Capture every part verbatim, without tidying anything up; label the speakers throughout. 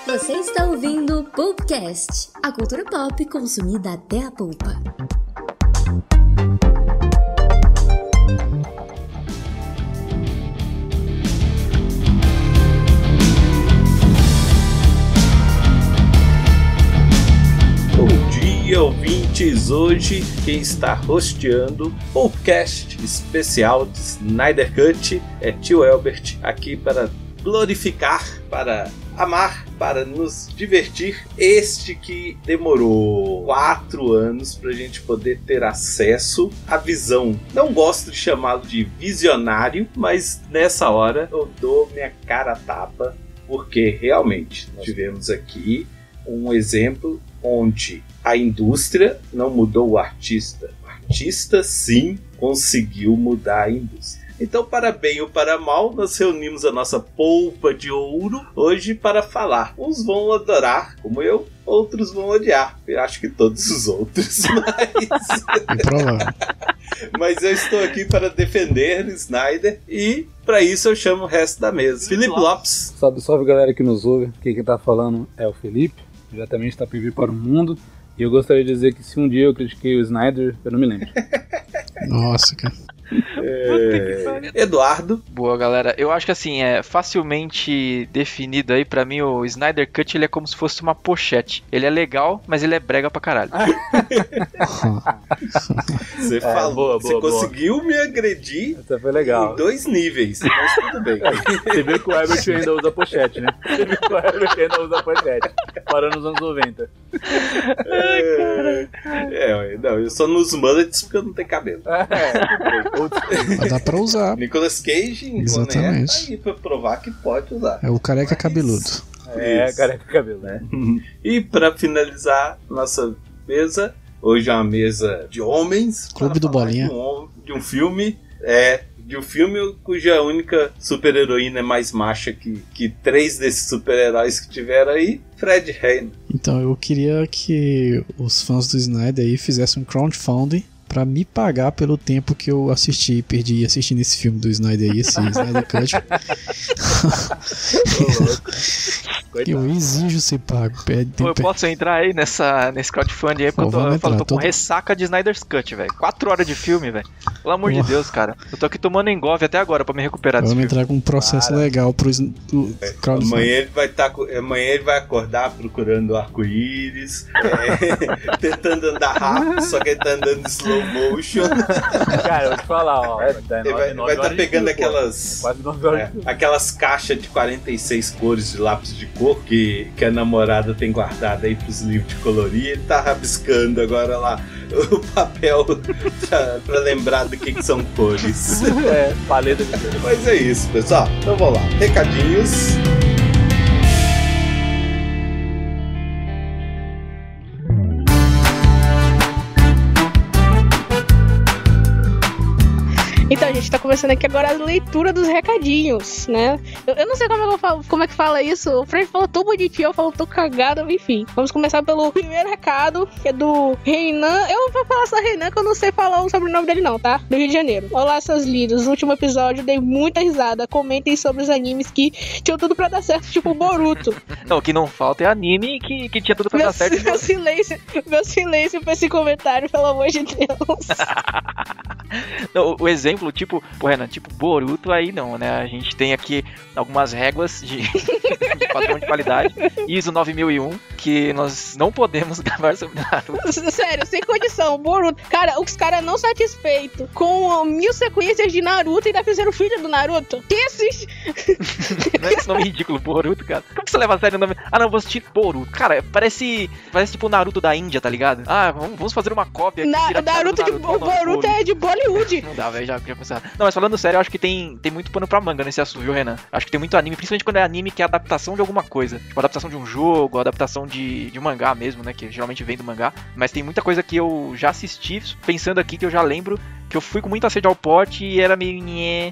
Speaker 1: Você está ouvindo o Pulpcast, a cultura pop consumida até a polpa.
Speaker 2: Bom dia, ouvintes! Hoje quem está hosteando o Pulpcast especial de Snyder Cut é Tio Elbert, aqui para glorificar, para amar, para nos divertir. Este que demorou quatro anos para a gente poder ter acesso à visão. Não gosto de chamá-lo de visionário, mas nessa hora eu dou minha cara a tapa, porque realmente tivemos aqui um exemplo onde a indústria não mudou o artista. O artista, sim, conseguiu mudar a indústria. Então, para bem ou para mal, nós reunimos a nossa polpa de ouro hoje para falar. Uns vão adorar, como eu, outros vão odiar. Eu acho que todos os outros, mas... mas eu estou aqui para defender Snyder e, para isso, eu chamo o resto da mesa. Felipe Lopes.
Speaker 3: Salve, salve, galera que nos ouve. Aqui quem está falando é o Felipe, diretamente da P V para o Mundo. E eu gostaria de dizer que se um dia eu critiquei o Snyder, eu não me lembro.
Speaker 4: Nossa, cara.
Speaker 2: É... Eduardo.
Speaker 5: Boa, galera. Eu acho que assim, é facilmente definido aí pra mim o Snyder Cut, ele é como se fosse uma pochete. Ele é legal, mas ele é brega pra caralho.
Speaker 2: Você é, falou, boa, você boa, conseguiu boa. me agredir.
Speaker 3: Essa foi legal.
Speaker 2: Em dois níveis, mas tudo bem.
Speaker 3: Você viu que o Herbert ainda usa pochete, né? Você viu que o Herbert ainda usa pochete. Parou nos anos noventa.
Speaker 2: É, é, não, eu só não uso mullets porque eu não tenho cabelo.
Speaker 3: É,
Speaker 4: mas dá pra usar.
Speaker 2: Nicolas Cage em
Speaker 4: Exatamente.
Speaker 2: Boné, aí pra provar que pode usar.
Speaker 4: É o careca
Speaker 2: mas...
Speaker 4: cabeludo.
Speaker 3: É, Isso. careca cabeludo, né?
Speaker 2: E pra finalizar nossa mesa, hoje é uma mesa de homens.
Speaker 4: Clube do Bolinha.
Speaker 2: De um, de um filme, é, de um filme cuja única super-heroína é mais macha que, que três desses super-heróis que tiveram aí, Fred Hammond.
Speaker 4: Então, eu queria que os fãs do Snyder aí fizessem um crowdfunding pra me pagar pelo tempo que eu assisti, perdi assistindo esse filme do Snyder aí, esse Snyder Cut. Eu exijo ser pago.
Speaker 5: Pô, eu posso entrar aí nessa, nesse crowdfunding aí, porque Pô, eu tô, eu falo, tô com todo... ressaca de Snyder's Cut, velho. Quatro horas de filme, velho. Pelo amor Pô. de Deus, cara. Eu tô aqui tomando engolfe até agora pra me recuperar desse
Speaker 4: Vamos
Speaker 5: filme.
Speaker 4: entrar com um processo cara. legal pro, pro
Speaker 2: é,
Speaker 4: crowdfunding.
Speaker 2: Amanhã ele vai tá, amanhã ele vai acordar procurando arco-íris, é, tentando andar rápido, só que ele tá andando slow motion.
Speaker 3: Cara, eu vou te falar, ó. É,
Speaker 2: ele vai estar tá pegando aquelas é, aquelas caixas de quarenta e seis cores de lápis de cor que, que a namorada tem guardado aí pros livros de colorir. Ele tá rabiscando agora lá o papel pra, pra lembrar do que, que são cores.
Speaker 3: É, paleta de cor.
Speaker 2: Mas é isso, pessoal. Então vamos lá. Recadinhos.
Speaker 6: Então, a gente tá começando aqui agora a leitura dos recadinhos, né? Eu, eu não sei como é, que eu falo, como é que fala isso. O Fred falou tão bonitinho, eu falo tão cagado, enfim. Vamos começar pelo primeiro recado, que é do Reinan. Eu vou falar só Reinan, que eu não sei falar o sobrenome dele não, tá? Do Rio de Janeiro. Olá, seus lindos. No último episódio, dei muita risada. Comentem sobre os animes que tinham tudo pra dar certo, tipo Boruto.
Speaker 5: Não, o que não falta é anime que, que tinha tudo pra
Speaker 6: meu,
Speaker 5: dar certo.
Speaker 6: Meu silêncio, meu silêncio pra esse comentário, pelo amor de Deus.
Speaker 5: Não, o exemplo, tipo, pô, Renan, tipo Boruto aí não, né? A gente tem aqui algumas réguas de, de padrão de qualidade. I S O nove mil e um, que nós não podemos gravar sobre Naruto.
Speaker 6: Sério, sem condição, Boruto. Cara, os caras não satisfeitos com mil sequências de Naruto ainda fizeram filho do Naruto. Que esses...
Speaker 5: Não é esse nome ridículo, Boruto, cara. Como que você leva a sério o nome? Ah, não, vou assistir Boruto. Cara, parece, parece tipo o Naruto da Índia, tá ligado? Ah, vamos fazer uma cópia.
Speaker 6: Na, Naruto, Naruto de Boruto, Boruto é de Bollywood.
Speaker 5: Não dá, velho, já queria pensar. Não, mas falando sério, eu acho que tem, tem muito pano pra manga nesse assunto, viu, Renan? Acho que tem muito anime, principalmente quando é anime que é adaptação de alguma coisa. Tipo, adaptação de um jogo, adaptação de, de um mangá mesmo, né? Que geralmente vem do mangá. Mas tem muita coisa que eu já assisti, pensando aqui, que eu já lembro, que eu fui com muita sede ao pote e era meio... Nhê.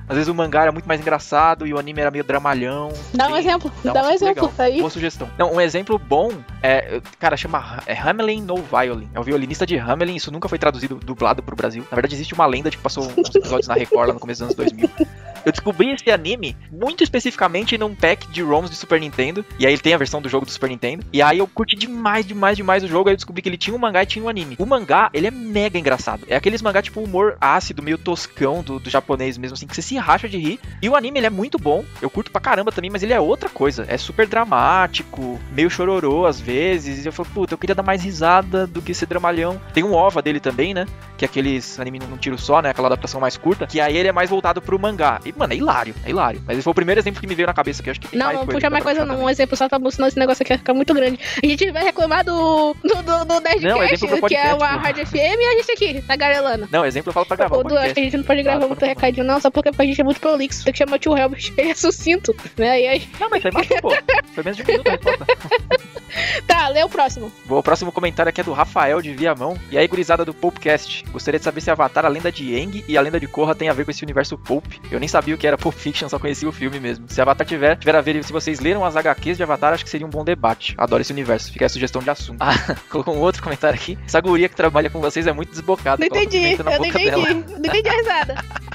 Speaker 5: Às vezes o mangá era muito mais engraçado e o anime era meio dramalhão.
Speaker 6: Dá um
Speaker 5: Tem-
Speaker 6: exemplo,
Speaker 5: dá
Speaker 6: dá
Speaker 5: um
Speaker 6: um exemplo,
Speaker 5: legal.
Speaker 6: tá aí.
Speaker 5: Boa sugestão. Não, um exemplo bom é, cara, chama é Hamelin no Violin. É o violinista de Hamelin, isso nunca foi traduzido, dublado pro Brasil. Na verdade, existe uma lenda de que passou uns episódios na Record lá no começo dos anos dois mil. Eu descobri esse anime muito especificamente num pack de ROMs de Super Nintendo. E aí ele tem a versão do jogo do Super Nintendo. E aí eu curti demais, demais, demais o jogo. Aí eu descobri que ele tinha um mangá e tinha um anime. O mangá, ele é mega engraçado. É aqueles mangá tipo humor ácido, meio toscão do, do japonês mesmo, assim, que você se racha de rir. E o anime, ele é muito bom. Eu curto pra caramba também, mas ele é outra coisa. É super dramático, meio chororô às vezes. E eu falo, puta, eu queria dar mais risada do que esse dramalhão. Tem um OVA dele também, né? Que é aqueles anime num tiro só, né? Aquela adaptação mais curta. Que aí ele é mais voltado pro mangá. E, mano, é hilário, é hilário. Mas esse foi o primeiro exemplo que me veio na cabeça, que eu acho que tem
Speaker 6: Não,
Speaker 5: mais
Speaker 6: não
Speaker 5: coisa
Speaker 6: puxa
Speaker 5: que
Speaker 6: mais
Speaker 5: dá pra
Speaker 6: coisa
Speaker 5: puxar
Speaker 6: não. Um
Speaker 5: também.
Speaker 6: exemplo só, tá senão esse negócio aqui vai ficar muito grande. A gente vai reclamar do, do, do, do
Speaker 5: Não,
Speaker 6: Nerdcast,
Speaker 5: exemplo pro
Speaker 6: que é
Speaker 5: podcast,
Speaker 6: uma
Speaker 5: pô.
Speaker 6: Rádio F M, e a gente aqui, tá garelando.
Speaker 5: Não, exemplo eu falo pra gravar o
Speaker 6: O do, acho que a
Speaker 5: podcast.
Speaker 6: gente não pode gravar
Speaker 5: Claro,
Speaker 6: muito
Speaker 5: pode falar.
Speaker 6: recadinho, não, só porque a gente é muito prolixo. Tem que chamar o tio Helbert, ele é sucinto, né? E aí,
Speaker 5: Não, mas isso aí matou, pô. Foi menos de um minuto a resposta.
Speaker 6: tá, lê o próximo.
Speaker 5: Bom, o próximo comentário aqui é do Rafael de Viamão. E aí, gurizada do Popcast. Gostaria de saber se Avatar, a lenda de Aang e a lenda de Korra tem a ver com esse universo Pulp. Eu nem sabia o que era Pulp Fiction, só conhecia o filme mesmo. Se Avatar tiver, tiver a ver, e se vocês leram as H Qs de Avatar, acho que seria um bom debate. Adoro esse universo. Fica aí a sugestão de assunto. Ah, colocou um outro comentário aqui. Essa guria que trabalha com vocês é muito desbocada.
Speaker 6: Não
Speaker 5: Coloca
Speaker 6: entendi,
Speaker 5: pimenta na
Speaker 6: eu não
Speaker 5: boca
Speaker 6: entendi.
Speaker 5: dela.
Speaker 6: Não entendi a risada.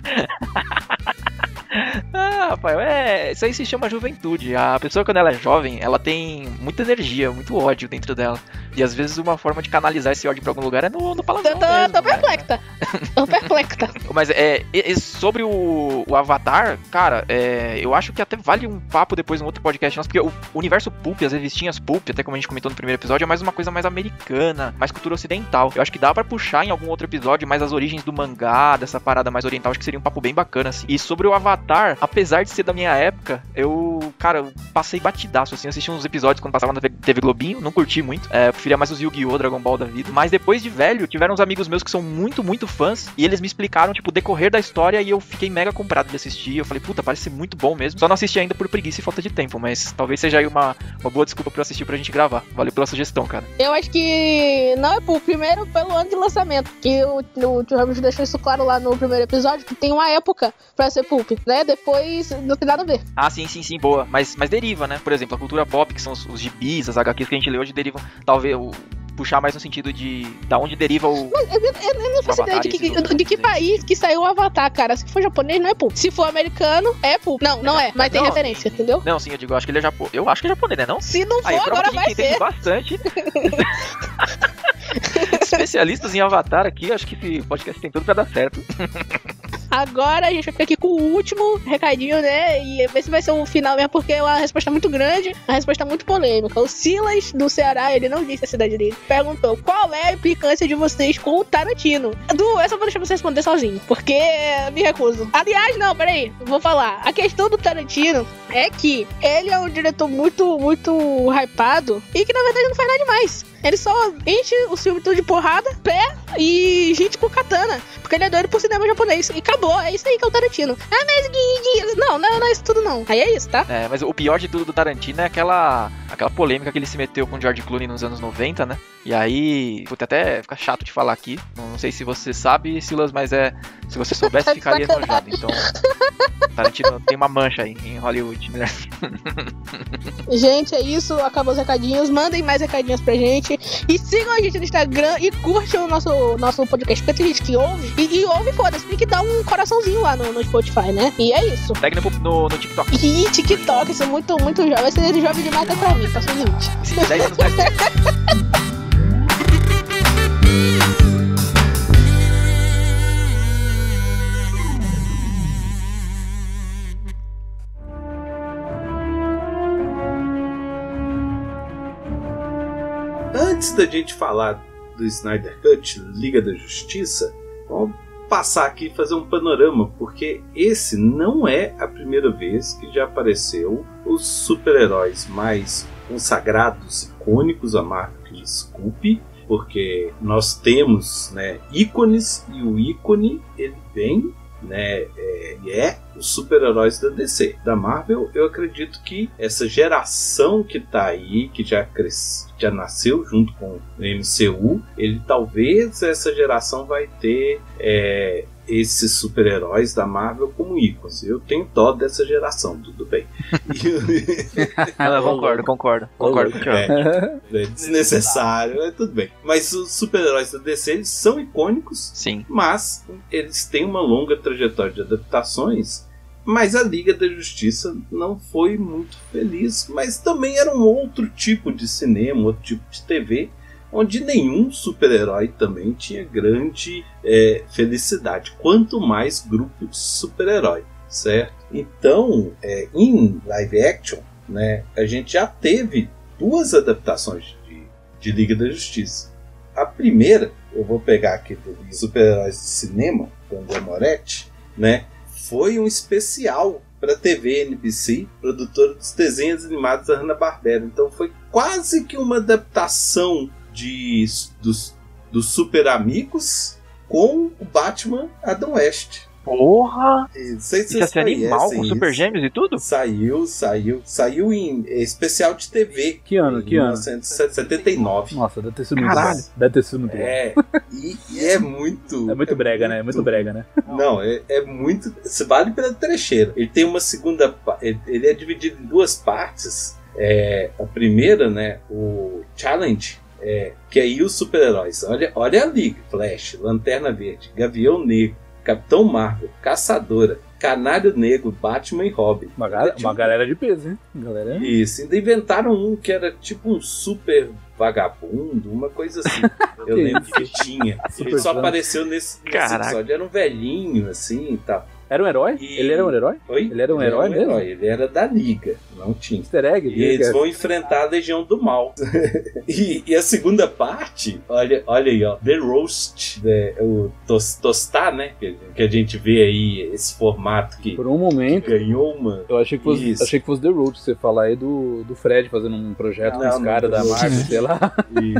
Speaker 5: Ah, Rafael, é, isso aí se chama juventude. A pessoa, quando ela é jovem, ela tem muita energia, muito ódio dentro dela. E às vezes uma forma de canalizar esse ódio pra algum lugar é no, no palavrão
Speaker 6: Eu tô,
Speaker 5: mesmo,
Speaker 6: tô
Speaker 5: né?
Speaker 6: perplexa. Tô perplexa.
Speaker 5: Mas é, e- e sobre o, o Avatar, cara, é, eu acho que até vale um papo depois num outro podcast nosso, porque o universo Pulp, as revistinhas Pulp, até como a gente comentou no primeiro episódio, é mais uma coisa mais americana, mais cultura ocidental. Eu acho que dá pra puxar em algum outro episódio mais as origens do mangá, dessa parada mais oriental, acho que seria um papo bem bacana, assim. E sobre o Avatar, apesar de ser da minha época, eu, cara, eu passei batidaço, assim, eu assisti uns episódios quando passava na T V Globinho, não curti muito, é, eu preferia mais os Yu-Gi-Oh!, Dragon Ball da vida, mas depois de velho, tiveram uns amigos meus que são muito, muito fãs, e eles me explicaram, tipo, o decorrer da história, e eu fiquei mega comprado de assistir, eu falei, puta, parece ser muito bom mesmo, só não assisti ainda por preguiça e falta de tempo, mas talvez seja aí uma, uma boa desculpa pra eu assistir pra gente gravar. Valeu pela sugestão, cara.
Speaker 6: Eu acho que não é por primeiro pelo ano de lançamento, que o, o tio Helbert deixou isso claro lá no primeiro episódio, que tem uma época pra ser Pulp, né? Depois não tem nada a ver.
Speaker 5: Ah, sim, sim, sim, boa, mas, mas deriva, né? Por exemplo, a cultura pop, que são os, os gibis, as H Qs que a gente lê hoje, derivam, talvez, o, puxar mais no sentido de da onde deriva o...
Speaker 6: Eu, eu, eu não faço ideia de que, de, de que país que saiu o Avatar, cara. Se for japonês, não é Pulp. Se for americano, é Pulp. Não, não é, mas tem
Speaker 5: Não,
Speaker 6: referência, entendeu?
Speaker 5: Não, sim, eu digo, eu acho que ele é japonês. Eu acho que é japonês, né, não?
Speaker 6: Se não for,
Speaker 5: Aí, prova
Speaker 6: agora
Speaker 5: que a
Speaker 6: vai
Speaker 5: gente entende
Speaker 6: ser.
Speaker 5: bastante. Especialistas em Avatar aqui, acho que esse podcast tem tudo pra dar certo.
Speaker 6: Agora a gente vai ficar aqui com o último recadinho, né? E esse vai ser o final mesmo, porque a resposta é muito grande, a resposta é muito polêmica. O Silas, do Ceará, ele não disse a cidade dele, perguntou qual é a implicância de vocês com o Tarantino. Du, essa eu vou deixar você responder sozinho, porque me recuso. Aliás, não, peraí, vou falar. A questão do Tarantino é que ele é um diretor muito, muito hypado e que na verdade não faz nada demais. Ele só enche o filme todo de porrada, pé e gente com katana. Porque ele é doido por cinema japonês. E acabou, é isso aí que é o Tarantino. Ah, mas... Não, não, não é isso tudo não. Aí é isso, tá?
Speaker 5: É, mas o pior de tudo do Tarantino é aquela, aquela polêmica que ele se meteu com o George Clooney nos anos noventa, né? E aí, puta, até fica chato de falar aqui. Não sei se você sabe, Silas, mas é... Se você soubesse, ficaria enojado. Então, Tarantino tem uma mancha aí em Hollywood, né?
Speaker 6: Gente, é isso. Acabou os recadinhos. Mandem mais recadinhos pra gente. E sigam a gente no Instagram e curtam o nosso, nosso podcast. Porque tem gente que ouve. E, e ouve, foda-se. Tem que dar um coraçãozinho lá no, no Spotify, né? E é isso.
Speaker 5: Segue no, no, no TikTok.
Speaker 6: E TikTok, isso é muito, muito jovem. Vai ser jovem demais até pra mim. Passou o limite.
Speaker 5: dez anos mais tempo.
Speaker 2: Antes da gente falar do Snyder Cut, Liga da Justiça, vamos passar aqui e fazer um panorama, porque esse não é a primeira vez que já apareceu os super-heróis mais consagrados, icônicos, a Marvel que desculpe, porque nós temos, né, ícones, e o ícone ele vem, né, é, é os super-heróis da D C. Da Marvel, eu acredito que essa geração que tá aí, que já cresce, já nasceu junto com o M C U. Ele talvez essa geração vai ter é, esses super-heróis da Marvel como ícones. Eu tenho dó dessa geração, tudo bem.
Speaker 5: Ah, eu concordo, concordo. Concordo com o Thiago.
Speaker 2: É, é desnecessário, é tudo bem. Mas os super-heróis da D C, eles são icônicos.
Speaker 5: Sim.
Speaker 2: Mas eles têm uma longa trajetória de adaptações. Mas a Liga da Justiça não foi muito feliz. Mas também era um outro tipo de cinema, outro tipo de T V, onde nenhum super-herói também tinha grande é, felicidade. Quanto mais grupo de super-herói, certo? Então, é, em live action, né, a gente já teve duas adaptações de, de Liga da Justiça. A primeira, eu vou pegar aqui dos super-heróis de cinema, do André Moretti, né, foi um especial para a T V N B C, produtora dos desenhos animados da Hanna-Barbera. Então foi quase que uma adaptação de, dos, dos Super Amigos com o Batman Adam West.
Speaker 5: Porra!
Speaker 2: Não sei se
Speaker 5: isso ia ser animal, com
Speaker 2: isso.
Speaker 5: Super Gêmeos e tudo?
Speaker 2: Saiu, saiu. Saiu em especial de T V.
Speaker 3: Que ano? Que
Speaker 2: em
Speaker 3: ano?
Speaker 2: mil novecentos e setenta e nove.
Speaker 3: Nossa, deve ter sido muito
Speaker 5: Caralho.
Speaker 3: bom. Deve ter sido muito bom.
Speaker 2: É, e, e é muito...
Speaker 3: É muito brega, né? É muito brega, né?
Speaker 2: Não, é, é muito... Se vale pela trecheira. Ele tem uma segunda... pa- Ele ele é dividido em duas partes. É, a primeira, né? O Challenge. É, que aí os super-heróis. Olha, olha a liga. Flash, Lanterna Verde, Gavião Negro, Capitão Marvel, Caçadora, Canário Negro, Batman e Robin.
Speaker 3: Uma, ga-
Speaker 2: Tipo,
Speaker 3: uma galera de peso, hein? Galera...
Speaker 2: Isso, ainda inventaram um que era tipo um super vagabundo, uma coisa assim. Eu
Speaker 3: Que
Speaker 2: lembro
Speaker 3: isso?
Speaker 2: que tinha.
Speaker 3: Super
Speaker 2: Ele só
Speaker 3: fã.
Speaker 2: apareceu nesse, nesse
Speaker 5: Caraca.
Speaker 2: episódio. Era um velhinho, assim e tal.
Speaker 3: Era um herói?
Speaker 2: E-
Speaker 3: Ele era um herói?
Speaker 2: Oi?
Speaker 3: Ele era um herói mesmo?
Speaker 2: Ele era da Liga, não tinha.
Speaker 3: Easter egg?
Speaker 2: E eles vão enfrentar a Legião do Mal. e, e a segunda parte, olha, olha aí, ó, The Roast, né, o tos, tostar, né? Que, que a gente vê aí, esse formato que
Speaker 3: Por um momento,
Speaker 2: ganhou uma.
Speaker 3: eu achei que fosse,
Speaker 2: Isso.
Speaker 3: achei que fosse The Road, você falar aí do, do Fred fazendo um projeto com
Speaker 2: Não,
Speaker 3: os
Speaker 2: não,
Speaker 3: caras da
Speaker 2: The Road,
Speaker 3: Marvel,
Speaker 4: né?
Speaker 3: sei lá.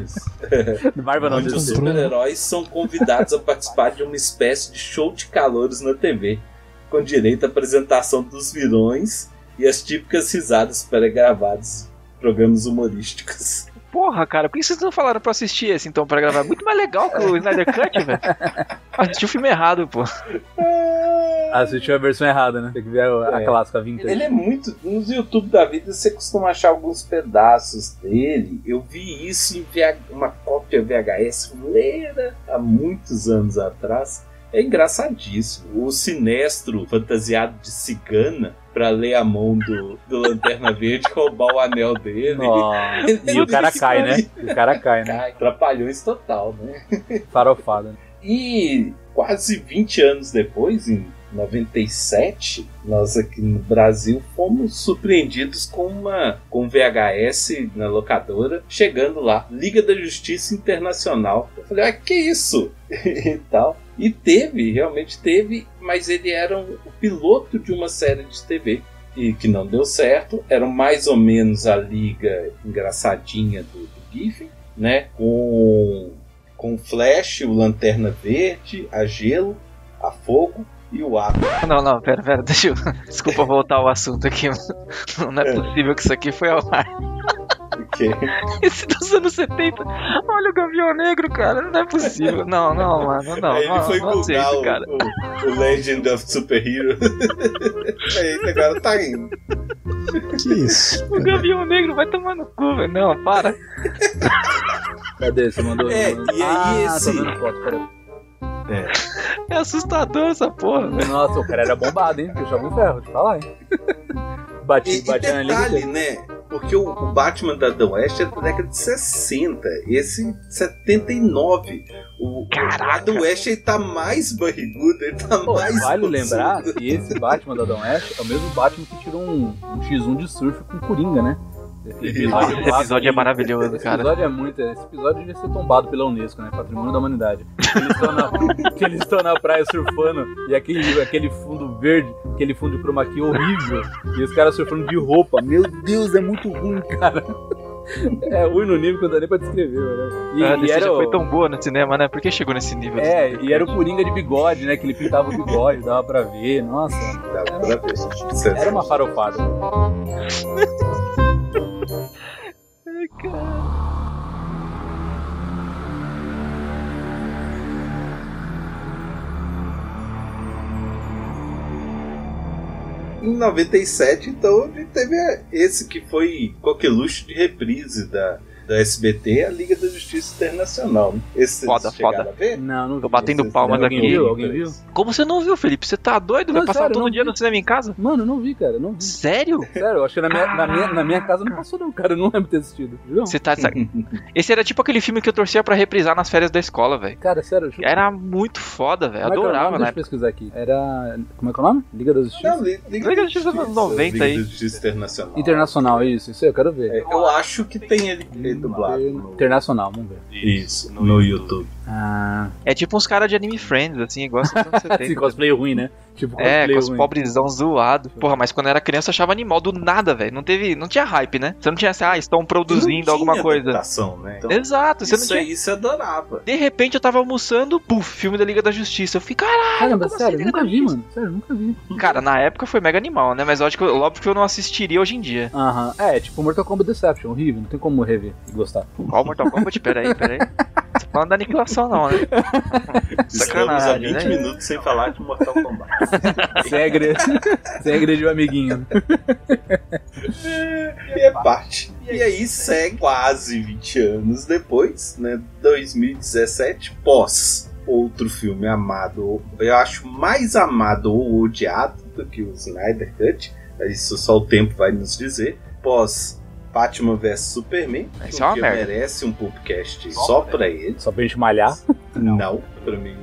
Speaker 2: Isso.
Speaker 3: Marvel não,
Speaker 2: Onde os
Speaker 3: desculpa.
Speaker 2: super-heróis são convidados a participar de uma espécie de show de calouros na T V, com direito à apresentação dos vilões e as típicas risadas pré-gravadas em programas humorísticos.
Speaker 5: Porra, cara, por que vocês não falaram pra assistir esse então, pra gravar? Muito mais legal que o Snyder Cut, velho. Assisti o filme errado, pô.
Speaker 3: Assistiu a versão errada, né? Tem que ver a, a
Speaker 2: É.
Speaker 3: clássica vintage.
Speaker 2: Ele é muito... Nos YouTube da vida você costuma achar alguns pedaços dele. Eu vi isso em V H, uma cópia V H S fuleira há muitos anos atrás. É engraçadíssimo. O Sinestro fantasiado de cigana pra ler a mão do, do Lanterna Verde e roubar o anel dele.
Speaker 3: Nossa. E o cara cai, né? E o cara cai, né?
Speaker 2: Cai, trapalhões total, né?
Speaker 3: Farofada. Né?
Speaker 2: E quase vinte anos depois, em noventa e sete, nós aqui no Brasil fomos surpreendidos com uma com V H S na locadora, chegando lá, Liga da Justiça Internacional. Eu falei, ah, que isso? e tal. E teve, realmente teve, mas ele era um, o piloto de uma série de T V. E que não deu certo. Era mais ou menos a liga engraçadinha do, do Giffen, né? Com, com o Flash, o Lanterna Verde, a Gelo, a Fogo e o Ar.
Speaker 5: Não, não, pera, pera, deixa eu... Desculpa voltar ao assunto aqui. Não é possível que isso aqui foi ao ar.
Speaker 2: Porque
Speaker 5: Esse dos anos setenta. Olha o Gavião Negro, cara. Não é possível. Não, não, mano. Não,
Speaker 2: aí ele
Speaker 5: não,
Speaker 2: foi
Speaker 5: não
Speaker 2: googar
Speaker 5: aceito,
Speaker 2: o,
Speaker 5: cara.
Speaker 2: o, o Legend of Super Hero. Aí agora tá indo.
Speaker 4: Que isso?
Speaker 5: O Gavião Negro vai tomar no cu, velho. Não, para.
Speaker 3: Cadê? Você mandou.
Speaker 2: É,
Speaker 3: mandou-
Speaker 2: e aí
Speaker 3: ah,
Speaker 2: esse-
Speaker 3: tô vendo foto, peraí.
Speaker 5: É assustador essa porra, velho.
Speaker 3: Nossa, o cara era bombado, hein? Puxava um ferro, te falar, hein? Bati,
Speaker 2: E, e
Speaker 3: bati na
Speaker 2: detalhe,
Speaker 3: liga.
Speaker 2: né? Porque o, o Batman da Adam West é da década de sessenta. Esse setenta e nove. O,
Speaker 5: Caraca.
Speaker 2: o Adam West ele tá mais barrigudo, ele tá
Speaker 3: Pô,
Speaker 2: mais.
Speaker 3: vale
Speaker 2: possudo.
Speaker 3: lembrar que esse Batman da Adam West é o mesmo Batman que tirou um, um xis um de surf com Coringa, né? Esse
Speaker 5: Nossa, esse episódio é
Speaker 3: que-
Speaker 5: maravilhoso,
Speaker 3: esse
Speaker 5: cara.
Speaker 3: Episódio é muito, esse episódio devia ser tombado pela Unesco, né? Patrimônio da Humanidade. Que eles estão na, que eles estão na praia surfando e aquele, aquele fundo verde, aquele fundo de chroma key horrível. E os caras surfando de roupa. Meu Deus, é muito ruim, cara. É ruim no nível que não dá nem pra descrever, né? E,
Speaker 5: A
Speaker 3: e
Speaker 5: D C
Speaker 3: era
Speaker 5: já
Speaker 3: o-
Speaker 5: foi tão boa no cinema, né? Por que chegou nesse nível?
Speaker 3: É, e era o Coringa de bigode, né? Que ele pintava o bigode, dava pra ver. Nossa,
Speaker 2: Dá pra ver.
Speaker 3: era uma farofada.
Speaker 5: Ai, cara.
Speaker 2: em noventa e sete, então, a gente teve esse que foi coqueluche de reprise da, da S B T, a Liga da Justiça Internacional. Esse
Speaker 5: Foda,
Speaker 2: vocês chegaram
Speaker 5: foda.
Speaker 2: a ver?
Speaker 3: Não, não vi.
Speaker 5: Tô batendo
Speaker 2: Vocês
Speaker 5: palmas
Speaker 3: Alguém
Speaker 5: aqui.
Speaker 3: viu? Alguém viu?
Speaker 5: Como você não viu, Felipe? Você tá doido? Vai
Speaker 3: Não,
Speaker 5: passar
Speaker 3: sério,
Speaker 5: todo
Speaker 3: não
Speaker 5: dia
Speaker 3: vi.
Speaker 5: no cinema em casa?
Speaker 3: Mano, não vi, cara, não vi.
Speaker 5: Sério?
Speaker 3: Sério, eu acho que na minha, na minha, na minha casa não passou não, cara, eu não lembro de ter assistido. Não.
Speaker 5: Você tá de sac- Esse era tipo aquele filme que eu torcia pra reprisar nas férias da escola, velho.
Speaker 3: Cara, sério, eu juro.
Speaker 5: Era muito foda, velho.
Speaker 3: Como é que é o
Speaker 5: Adorava,
Speaker 3: nome?
Speaker 5: né?
Speaker 3: Deixa eu pesquisar aqui. Era... Como é que é o nome? Liga da Justiça?
Speaker 2: Não, Liga,
Speaker 5: Liga da Justiça dos anos noventa aí.
Speaker 2: Liga da Justiça Internacional.
Speaker 3: Internacional, isso, isso aí, eu quero ver.
Speaker 2: É, eu acho que tem ele, ele dublado. no-
Speaker 3: Internacional, vamos ver.
Speaker 2: Isso, no YouTube.
Speaker 3: Ah,
Speaker 5: É tipo uns caras de anime friends, assim, igual dos anos
Speaker 3: esse
Speaker 5: setenta.
Speaker 3: cosplay ruim, né? Tipo,
Speaker 5: É,
Speaker 3: cosplay
Speaker 5: com os
Speaker 3: ruim.
Speaker 5: pobrezão zoado. Porra, mas quando eu era criança eu achava animal do nada, velho. Não teve, não tinha hype, né? Você não tinha assim, ah, estão produzindo
Speaker 2: Não
Speaker 5: alguma
Speaker 2: tinha
Speaker 5: coisa.
Speaker 2: adaptação, né? Então,
Speaker 5: Exato, você não
Speaker 2: isso
Speaker 5: tinha.
Speaker 2: aí você adorava.
Speaker 5: De repente eu tava almoçando, puf, filme da Liga da Justiça. Eu fiquei, caralho,
Speaker 3: Caramba,
Speaker 5: como
Speaker 3: sério,
Speaker 5: assim, Liga
Speaker 3: nunca
Speaker 5: da
Speaker 3: vi,
Speaker 5: Justiça?
Speaker 3: mano. Sério, nunca vi.
Speaker 5: Cara, na época foi mega animal, né? Mas eu acho que eu, óbvio que eu não assistiria hoje em dia.
Speaker 3: Aham. É, tipo Mortal Kombat Deception, horrível, não tem como rever e gostar.
Speaker 5: Qual Mortal Kombat? Pera aí, pera aí. Você tá falando da aniquilação, não, né?
Speaker 2: Estamos
Speaker 5: Sacanagem,
Speaker 2: há vinte
Speaker 5: né?
Speaker 2: minutos sem falar de Mortal Kombat.
Speaker 3: Sem a igreja, sem a igreja de um amiguinho.
Speaker 2: E é parte. E aí segue quase vinte anos depois, né? dois mil e dezessete, pós outro filme amado, eu acho mais amado ou odiado do que o Snyder Cut. Isso só o tempo vai nos dizer. Pós Batman versus Superman,
Speaker 5: Isso
Speaker 2: que
Speaker 5: é uma
Speaker 2: um dia
Speaker 5: merda.
Speaker 2: merece um podcast só pra ele.
Speaker 3: Só pra gente malhar.
Speaker 2: Não, pra mim.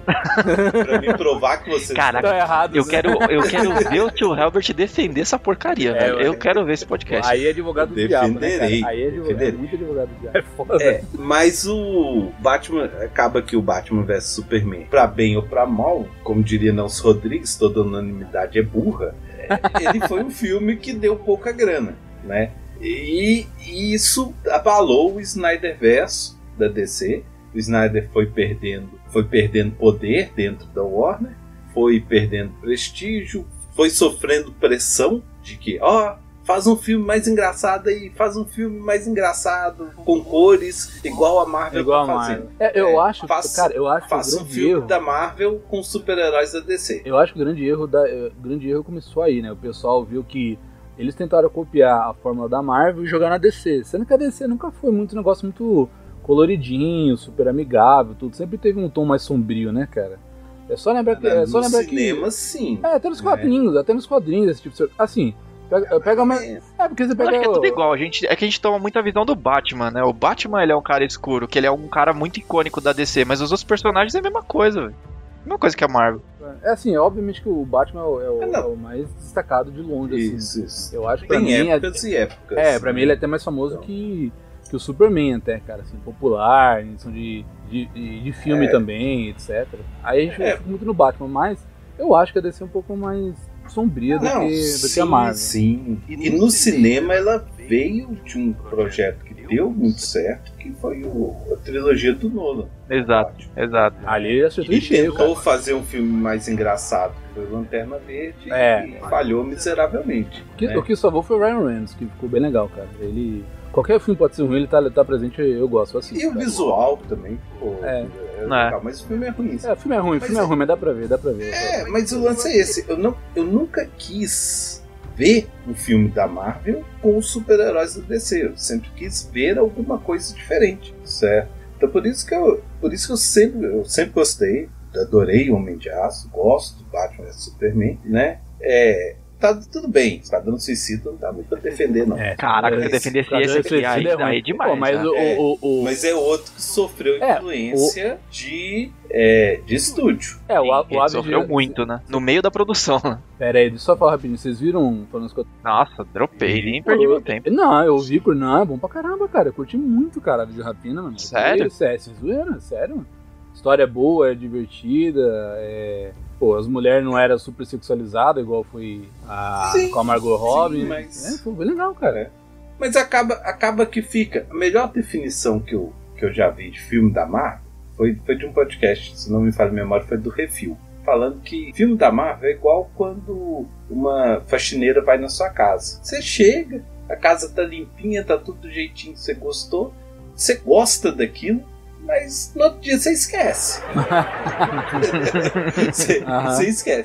Speaker 2: Pra mim provar que vocês
Speaker 5: Caraca,
Speaker 3: Estão errados.
Speaker 5: Eu quero, eu quero ver o tio Herbert defender essa porcaria,
Speaker 3: É,
Speaker 5: velho.
Speaker 3: ué.
Speaker 5: Eu quero ver esse podcast.
Speaker 3: Aí é advogado do diabo, né,
Speaker 2: Defenderei,
Speaker 3: cara? Aí é, advogado, é
Speaker 2: defenderei.
Speaker 3: muito advogado do diabo. É foda.
Speaker 2: É, mas o Batman, acaba que o Batman versus Superman, pra bem ou pra mal, como diria Nelson Rodrigues, toda unanimidade é burra, é, ele foi um filme que deu pouca grana, né? E, e isso abalou o Snyderverse da D C. O Snyder foi perdendo, foi perdendo poder dentro da Warner, foi perdendo prestígio, foi sofrendo pressão de que, ó, faz um filme mais engraçado aí, faz um filme mais engraçado, com cores, igual a Marvel
Speaker 3: Igual
Speaker 2: tá
Speaker 3: a
Speaker 2: fazendo.
Speaker 3: Marvel. É, eu
Speaker 2: É,
Speaker 3: acho,
Speaker 2: faça-
Speaker 3: cara, eu acho que o
Speaker 2: Faça um
Speaker 3: grande
Speaker 2: filme
Speaker 3: erro...
Speaker 2: da Marvel com super-heróis da D C.
Speaker 3: Eu acho que o grande erro, da, eh, o grande erro começou aí, né? O pessoal viu que eles tentaram copiar a fórmula da Marvel e jogar na D C. Sendo que a D C nunca foi muito negócio muito coloridinho, super amigável, tudo. Sempre teve um tom mais sombrio, né, cara? É só lembrar que... É só
Speaker 2: no
Speaker 3: lembrar
Speaker 2: cinema,
Speaker 3: que...
Speaker 2: sim.
Speaker 3: É, até nos quadrinhos, até nos quadrinhos, esse tipo de... Assim, pega, pega uma...
Speaker 2: É.
Speaker 3: É, porque você
Speaker 5: Eu
Speaker 3: pega...
Speaker 5: acho que é
Speaker 3: o-
Speaker 5: tudo igual, a gente, é que a gente toma muita visão do Batman, né? O Batman, ele é um cara escuro, que ele é um cara muito icônico da D C, mas os outros personagens é a mesma coisa, velho. Mesma coisa que a Marvel.
Speaker 3: É assim, obviamente que o Batman é o, é o-
Speaker 2: Ah, não.
Speaker 3: é o mais destacado de longe, assim.
Speaker 2: Isso, isso.
Speaker 3: Eu acho que pra
Speaker 2: Tem
Speaker 3: mim... é-
Speaker 2: épocas e épocas.
Speaker 3: É, pra mim ele é até mais famoso
Speaker 2: Então.
Speaker 3: que, que o Superman, até, cara, assim, popular, em questão de, de, de, de filme
Speaker 2: É.
Speaker 3: também, etcétera. Aí a gente
Speaker 2: É.
Speaker 3: fica muito no Batman, mas eu acho que a D C é um pouco mais sombria do,
Speaker 2: Não,
Speaker 3: que, do
Speaker 2: sim,
Speaker 3: que a Marvel.
Speaker 2: Sim. E no cinema ela veio de um projeto que deu muito certo, que foi o, a trilogia do Nolan.
Speaker 5: Exato, exato.
Speaker 3: Ali ele acertou
Speaker 2: E
Speaker 3: em cheio, cara.
Speaker 2: tentou fazer um filme mais engraçado, que foi Lanterna Verde,
Speaker 3: É.
Speaker 2: e falhou miseravelmente.
Speaker 3: O que,
Speaker 2: né?
Speaker 3: o que salvou foi o Ryan Reynolds, que ficou bem legal, cara. Ele... Qualquer filme pode ser ruim, ele tá, ele tá presente, eu gosto, assim.
Speaker 2: E o visual também, pô,
Speaker 3: É.
Speaker 2: é legal, mas o filme é ruim.
Speaker 3: É, o filme é ruim, o
Speaker 2: Mas
Speaker 3: filme é
Speaker 2: é-
Speaker 3: ruim, mas dá pra ver, dá pra ver.
Speaker 2: É, mas o lance é esse. Eu, não, eu nunca quis ver um filme da Marvel com os super-heróis da D C. Eu sempre quis ver alguma coisa diferente, certo? Então por isso que eu, por isso que eu sempre, eu sempre gostei, adorei o Homem de Aço, gosto do Batman versus Superman, né? É, tá tudo bem, Esquadrão Suicida não dá muito pra defender, não.
Speaker 3: É,
Speaker 5: Caraca,
Speaker 3: é,
Speaker 5: se defendesse
Speaker 3: Esquadrão
Speaker 5: esse aqui,
Speaker 3: Suicida
Speaker 5: aí,
Speaker 3: é ruim.
Speaker 5: aí é demais.
Speaker 3: Pô, mas
Speaker 5: né?
Speaker 3: o,
Speaker 2: É,
Speaker 3: o, o,
Speaker 2: Mas é outro que sofreu
Speaker 3: É,
Speaker 2: influência de, é, de estúdio.
Speaker 3: é, o, o
Speaker 5: Ele
Speaker 3: hábito
Speaker 5: sofreu
Speaker 3: de-
Speaker 5: muito, né? No meio da produção, né?
Speaker 3: Pera aí, deixa eu só falar rapidinho. Vocês viram, falando isso que eu...
Speaker 5: Nossa, dropei, nem perdi meu tempo.
Speaker 3: Não, eu vi, cur- não, é bom pra caramba, cara. Eu curti muito, cara, de Rapina, mano.
Speaker 5: Sério?
Speaker 3: Sério, sem zoeira, sério, mano. História boa, é divertida, é... Pô, as mulheres não eram super sexualizadas, igual foi a,
Speaker 2: Sim,
Speaker 3: com a Margot Robbie.
Speaker 2: mas-
Speaker 3: É, foi bem legal, cara.
Speaker 2: É. Mas acaba, acaba que fica. A melhor definição que eu, que eu já vi de filme da Marvel foi, foi de um podcast, se não me falha a memória, foi do Refil. Falando que filme da Marvel é igual quando uma faxineira vai na sua casa. Você chega, a casa tá limpinha, tá tudo do jeitinho que você gostou, você gosta daquilo, mas no outro dia você esquece. você,
Speaker 3: Aham.
Speaker 2: você esquece.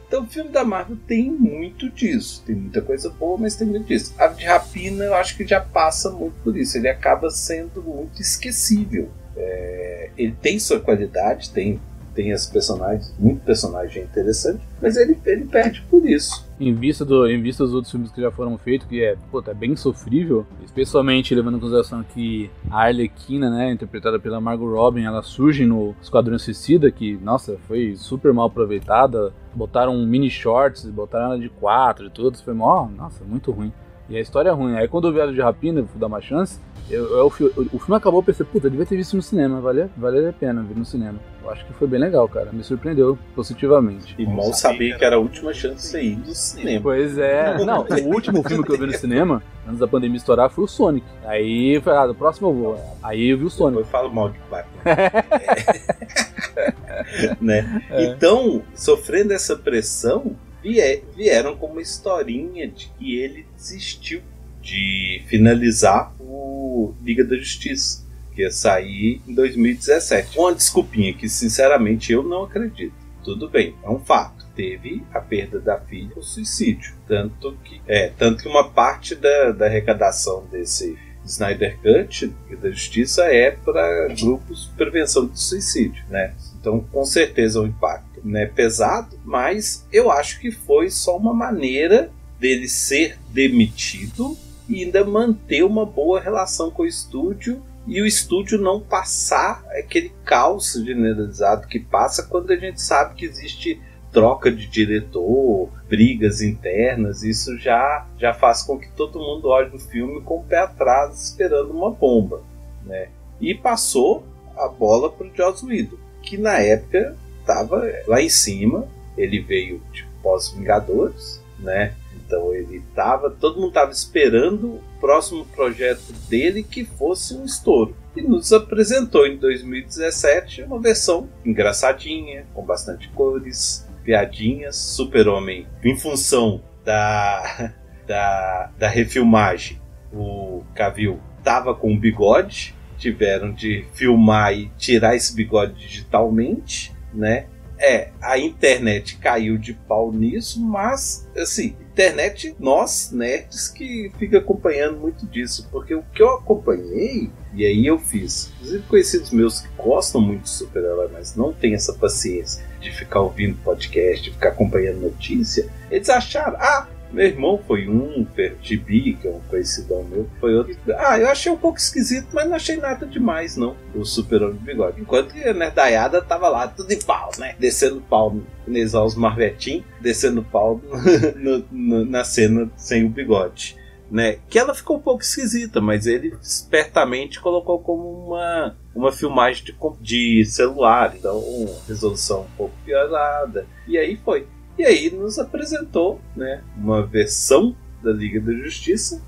Speaker 2: Então o filme da Marvel tem muito disso. Tem muita coisa boa, mas tem muito disso. A de Rapina eu acho que já passa muito por isso. Ele acaba sendo muito esquecível. É, ele tem sua qualidade, tem, tem as personagens, muito personagem interessante, mas ele, ele perde por isso.
Speaker 3: Em vista, do, em vista dos outros filmes que já foram feitos, que é, pô, tá bem sofrível, especialmente levando em consideração que a Arlequina, né, interpretada pela Margot Robbie, ela surge no Esquadrão Suicida, que, nossa, foi super mal aproveitada, botaram mini shorts, botaram ela de quatro e tudo, foi mó, nossa, muito ruim. E a história é ruim. Aí quando eu vi a de Rapina, fui dar uma chance, eu, eu, o, o filme acabou, eu pensei, puta, eu devia ter visto no cinema, valeu, valeu a pena ver no cinema. Eu acho que foi bem legal, cara, me surpreendeu positivamente.
Speaker 2: E mal sabia que era a última chance de ir no cinema.
Speaker 3: Pois é, não, o último filme que eu vi no cinema, antes da pandemia estourar, foi o Sonic. Aí foi, ah, do próximo eu vou. Aí eu vi o Sonic.
Speaker 2: Eu falo mal de Batman. é. né? É. Então, sofrendo essa pressão, vieram com uma historinha de que ele desistiu de finalizar o Liga da Justiça, que ia sair em dois mil e dezessete. Uma desculpinha que, sinceramente, eu não acredito. Tudo bem, é um fato. Teve a perda da filha, o suicídio. Tanto que, é, tanto que uma parte da, da arrecadação desse Snyder Cut Liga da Justiça é para grupos de prevenção de suicídio, né? Então, com certeza, o impacto, né, pesado, mas eu acho que foi só uma maneira dele ser demitido e ainda manter uma boa relação com o estúdio e o estúdio não passar aquele caos generalizado que passa quando a gente sabe que existe troca de diretor, brigas internas. Isso já, já faz com que todo mundo olhe no filme com o pé atrás esperando uma bomba, né? E passou a bola para o Joss Whedon, que na época estava lá em cima. Ele veio de pós-Vingadores, né? Então ele tava, todo mundo estava esperando o próximo projeto dele que fosse um estouro. E nos apresentou em dois mil e dezessete uma versão engraçadinha, com bastante cores, piadinhas, Super-Homem. Em função da, da, da refilmagem, o Cavill tava com um bigode, tiveram de filmar e tirar esse bigode digitalmente, né? É, a internet caiu de pau nisso, mas, assim, internet, nós, nerds, que fica acompanhando muito disso, porque o que eu acompanhei, e aí eu fiz, inclusive conhecidos meus que gostam muito de super-herói, mas não tem essa paciência de ficar ouvindo podcast, de ficar acompanhando notícia, eles acharam, ah, meu irmão foi um, Gibi, que é um conhecidão meu, foi outro. Ah, eu achei um pouco esquisito, mas não achei nada demais, não. O Super-Homem de bigode. Enquanto que a nerdaiada tava lá, tudo em pau, né? Descendo pau neles aos marvetinhos, descendo pau no, no, na cena sem o bigode, né? Que ela ficou um pouco esquisita, mas ele espertamente colocou como uma, uma filmagem de, de celular, então uma resolução um pouco piorada. E aí foi. E aí nos apresentou, né, uma versão da Liga da Justiça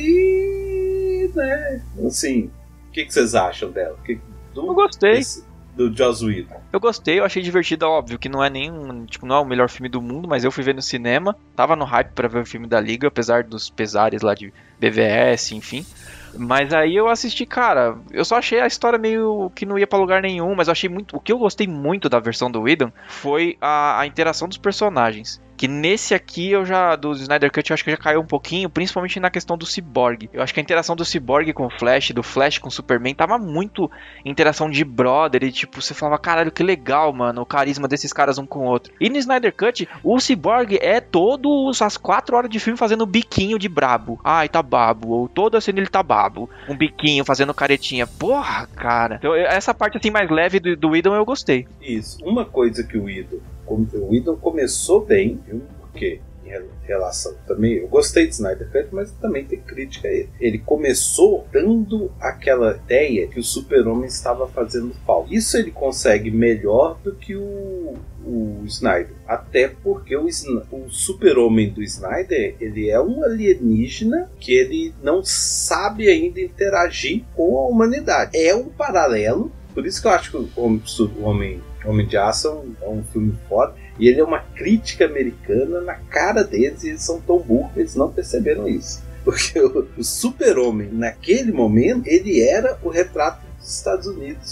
Speaker 2: que, né, assim, o que, que vocês acham dela? Que, do,
Speaker 5: eu gostei.
Speaker 2: Desse, do Joss Whedon.
Speaker 5: Eu gostei, eu achei divertido, óbvio que não é nem, tipo, não é o melhor filme do mundo, mas eu fui ver no cinema, tava no hype pra ver o filme da Liga, apesar dos pesares lá de B V S, enfim. Mas aí eu assisti, cara, eu só achei a história meio que não ia pra lugar nenhum, mas eu achei muito, o que eu gostei muito da versão do Whedon foi a, a interação dos personagens. Que nesse aqui eu já, do Snyder Cut, eu acho que já caiu um pouquinho, principalmente na questão do Cyborg. Eu acho que a interação do Cyborg com o Flash, do Flash com o Superman, tava muito interação de brother, e tipo, você falava, caralho, que legal, mano, o carisma desses caras um com o outro. E no Snyder Cut, o Cyborg é todas as quatro horas de filme fazendo biquinho de brabo. Ai, tá babo, ou toda cena ele tá babo. Um biquinho, fazendo caretinha. Porra, cara. Então, essa parte assim mais leve do, do Whedon eu gostei.
Speaker 2: Isso, uma coisa que o Whedon O Whedon começou bem, viu? Porque em relação também, eu gostei de Snyder Cut, mas também tem crítica a ele. Ele começou dando aquela ideia que o Super-Homem estava fazendo falta. Isso ele consegue melhor do que o, o Snyder. Até porque o, o Super-Homem do Snyder, ele é um alienígena que ele não sabe ainda interagir com a humanidade. É um paralelo. Por isso que eu acho que o Homem, o Homem, Homem de Aço é um filme foda. E ele é uma crítica americana na cara deles. E eles são tão burros que eles não perceberam isso. Porque o, o Super-Homem, naquele momento, ele era o retrato dos Estados Unidos.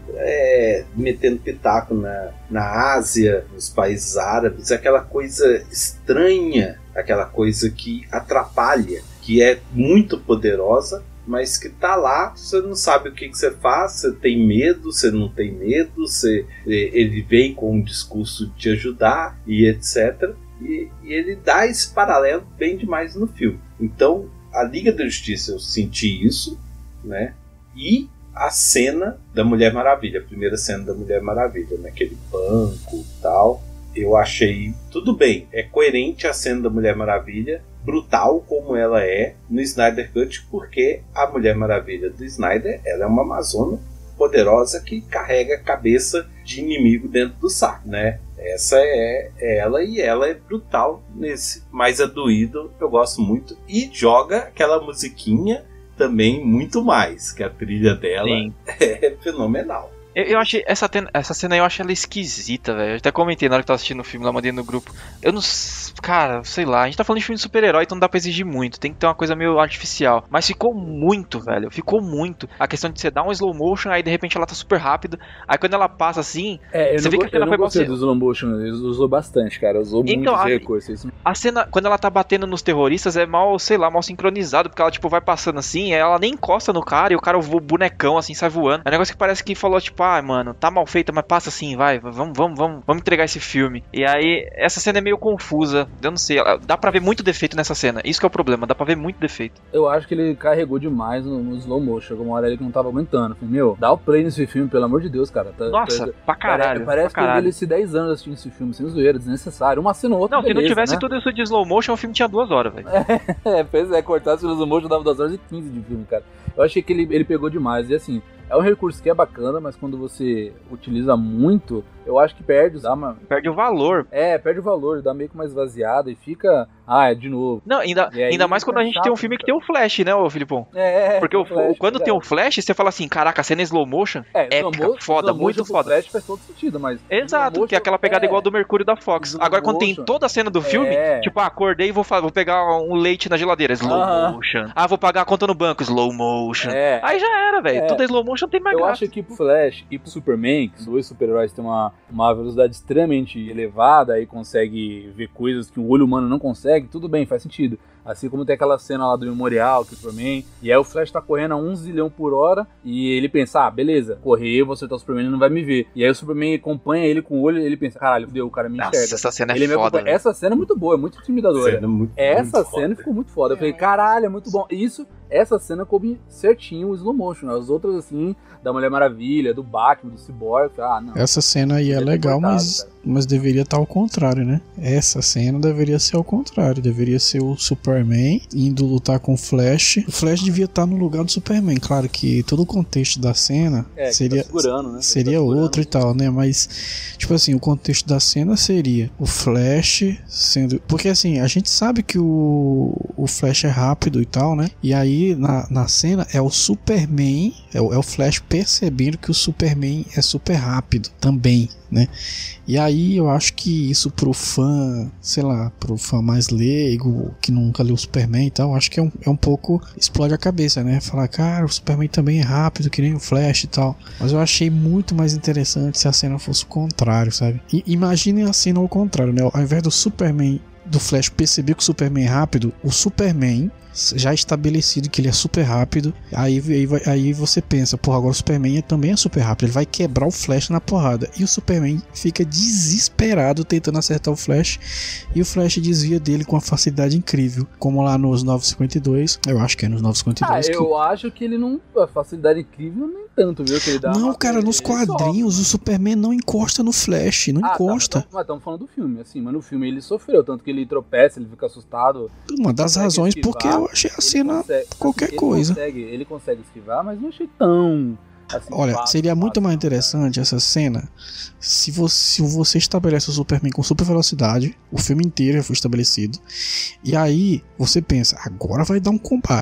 Speaker 2: é, metendo pitaco na, na Ásia, nos países árabes, aquela coisa estranha, aquela coisa que atrapalha, que é muito poderosa, mas que tá lá, você não sabe o que, que você faz, você tem medo, você não tem medo, você, ele vem com um discurso de te ajudar e etcétera. E, e ele dá esse paralelo bem demais no filme. Então, a Liga da Justiça, eu senti isso, né? E a cena da Mulher Maravilha, a primeira cena da Mulher Maravilha, naquele banco e tal, eu achei tudo bem, é coerente a cena da Mulher Maravilha, brutal como ela é no Snyder Cut, porque a Mulher Maravilha do Snyder, ela é uma amazona poderosa que carrega a cabeça de inimigo dentro do saco, né? Essa é ela, e ela é brutal nesse. Mas a do Idol eu gosto muito, e joga aquela musiquinha também muito mais, que a trilha dela Sim. é fenomenal.
Speaker 5: Eu, eu achei essa, ten, essa cena aí, eu achei ela esquisita, velho. Eu até comentei na hora que tava assistindo o filme lá, mandei no grupo. Eu não. Cara, sei lá, a gente tá falando de filme de super-herói, então não dá pra exigir muito. Tem que ter uma coisa meio artificial. Mas ficou muito, velho. Ficou muito. A questão de você dar um slow motion, aí de repente ela tá super rápido. Aí quando ela passa assim.
Speaker 3: É, eu
Speaker 5: você
Speaker 3: não,
Speaker 5: vê que a cena
Speaker 3: eu
Speaker 5: foi
Speaker 3: não gostei
Speaker 5: mal.
Speaker 3: do slow motion, ele usou bastante, cara. Usou
Speaker 5: então,
Speaker 3: muito
Speaker 5: a,
Speaker 3: recurso. Isso.
Speaker 5: A cena, quando ela tá batendo nos terroristas, é mal, sei lá, mal sincronizado. Porque ela, tipo, vai passando assim, ela nem encosta no cara e o cara, o bonecão, assim, sai voando. É um negócio que parece que falou, tipo, ah, mano, tá mal feita, mas passa assim, vai, vamos, vamos, vamos, vamos entregar esse filme. E aí, essa cena é meio confusa, eu não sei, dá pra ver muito defeito nessa cena, isso que é o problema, dá pra ver muito defeito.
Speaker 3: Eu acho que ele carregou demais no, no slow motion, chegou uma hora ele que não tava aguentando. Falei, meu, dá o play nesse filme, pelo amor de Deus, cara. Tá,
Speaker 5: Nossa,
Speaker 3: tá,
Speaker 5: pra caralho.
Speaker 3: Parece, parece
Speaker 5: pra
Speaker 3: que
Speaker 5: caralho.
Speaker 3: eu envelheci dez anos assistindo esse filme, sem zoeira, desnecessário. Uma cena ou outra,
Speaker 5: Não,
Speaker 3: beleza,
Speaker 5: se não tivesse
Speaker 3: né?
Speaker 5: tudo isso de slow motion, o filme tinha duas horas, velho.
Speaker 3: É, pois é, cortasse o slow motion dava duas horas e quinze de filme, cara. Eu achei que ele, ele pegou demais, e assim, é um recurso que é bacana, mas quando você utiliza muito, eu acho que perde, dá uma...
Speaker 5: Perde o valor.
Speaker 3: É, perde o valor, dá meio que mais esvaziado e fica... Ah, é de novo.
Speaker 5: Não, ainda,
Speaker 3: aí,
Speaker 5: ainda mais quando a gente
Speaker 3: chato,
Speaker 5: tem um filme que tem o Flash, né, ô Filipão?
Speaker 3: É,
Speaker 5: porque o,
Speaker 3: flash,
Speaker 5: quando
Speaker 3: é.
Speaker 5: tem o Flash, você fala assim, caraca, a cena é slow motion,
Speaker 3: é,
Speaker 5: épica,
Speaker 3: slow
Speaker 5: foda,
Speaker 3: slow
Speaker 5: muito foda.
Speaker 3: Flash faz todo sentido, mas...
Speaker 5: Exato, que é aquela pegada
Speaker 3: é,
Speaker 5: igual do Mercúrio da Fox.
Speaker 3: slow
Speaker 5: Agora quando tem
Speaker 3: motion,
Speaker 5: toda a cena do filme,
Speaker 3: é.
Speaker 5: tipo, ah, acordei e vou, vou pegar um leite na geladeira, slow
Speaker 3: Ah.
Speaker 5: motion. Ah, vou pagar a conta no banco, slow motion.
Speaker 3: É.
Speaker 5: Aí já era, velho.
Speaker 3: É.
Speaker 5: Tudo é slow motion, não tem mais
Speaker 3: Eu
Speaker 5: graça.
Speaker 3: acho que pro Flash e pro Superman, que os dois super-heróis têm uma, uma velocidade extremamente elevada e consegue ver coisas que o olho humano não consegue, tudo bem, faz sentido. Assim como tem aquela cena lá do Memorial, que o Superman... E aí o Flash tá correndo a um zilhão por hora e ele pensa, ah, beleza, correr, eu vou acertar o Superman, ele não vai me ver. E aí o Superman acompanha ele com o olho e ele pensa, caralho, deu, o cara me enxerga.
Speaker 5: Nossa, essa cena é
Speaker 3: ele
Speaker 5: foda.
Speaker 3: Essa cena é muito boa, é muito intimidadora.
Speaker 2: Cena muito,
Speaker 3: essa
Speaker 2: muito
Speaker 3: cena
Speaker 2: foda.
Speaker 3: ficou muito foda. Eu falei, caralho, é muito bom. Isso, essa cena coube certinho o slow motion. As outras, assim, da Mulher Maravilha, do Batman, do Cyborg, ah, não.
Speaker 4: Essa cena aí é legal,
Speaker 3: cortado,
Speaker 4: mas,
Speaker 3: cara.
Speaker 4: mas deveria estar ao contrário, né? Essa cena deveria ser ao contrário. Deveria ser o Superman indo lutar com o Flash. O Flash devia estar no lugar do Superman. Claro que todo o contexto da cena
Speaker 3: É, que
Speaker 4: seria,
Speaker 3: tá segurando, né?
Speaker 4: seria
Speaker 3: Tá segurando.
Speaker 4: outro e tal, né? Mas, tipo assim, o contexto da cena seria o Flash sendo... Porque assim, a gente sabe que o, o Flash é rápido e tal, né? E aí, na, na cena, é o Superman, é o, é o Flash percebendo que o Superman é super rápido também, né? E aí eu acho que isso pro fã, sei lá, pro fã mais leigo, que nunca leu o Superman e tal, acho que é um, é um pouco, explode a cabeça, né? Falar, cara, o Superman também é rápido, que nem o Flash e tal. Mas eu achei muito mais interessante se a cena fosse o contrário, sabe? E imaginem a cena ao contrário, né? Ao invés do Superman, do Flash perceber que o Superman é rápido, o Superman... já estabelecido que ele é super rápido, aí, aí, aí você pensa, porra, agora o Superman também é super rápido, ele vai quebrar o Flash na porrada, e o Superman fica desesperado tentando acertar o Flash, e o Flash desvia dele com uma facilidade incrível, como lá nos novecentos e cinquenta e dois, eu acho que é nos novecentos e cinquenta e dois.
Speaker 3: Ah,
Speaker 4: que...
Speaker 3: eu acho que ele não, a facilidade incrível nem tanto, viu, que ele dá.
Speaker 4: Não,
Speaker 3: uma...
Speaker 4: cara, nos
Speaker 3: ele
Speaker 4: quadrinhos
Speaker 3: sofre.
Speaker 4: o Superman não encosta no Flash, não
Speaker 3: Ah,
Speaker 4: encosta.
Speaker 3: Tá, mas estamos falando do filme, assim, mas no filme ele sofreu, tanto que ele tropeça, ele fica assustado.
Speaker 4: Uma das
Speaker 3: consegue
Speaker 4: razões
Speaker 3: esquivar,
Speaker 4: porque eu achei a
Speaker 3: ele
Speaker 4: cena
Speaker 3: consegue-
Speaker 4: qualquer
Speaker 3: ele
Speaker 4: coisa.
Speaker 3: Consegue, ele consegue esquivar, mas não achei tão... assim,
Speaker 4: Olha,
Speaker 3: fácil,
Speaker 4: seria muito
Speaker 3: fácil,
Speaker 4: mais
Speaker 3: não,
Speaker 4: interessante essa cena se você, se você estabelece o Superman com super velocidade, o filme inteiro já foi estabelecido, e aí você pensa, agora vai dar um combate.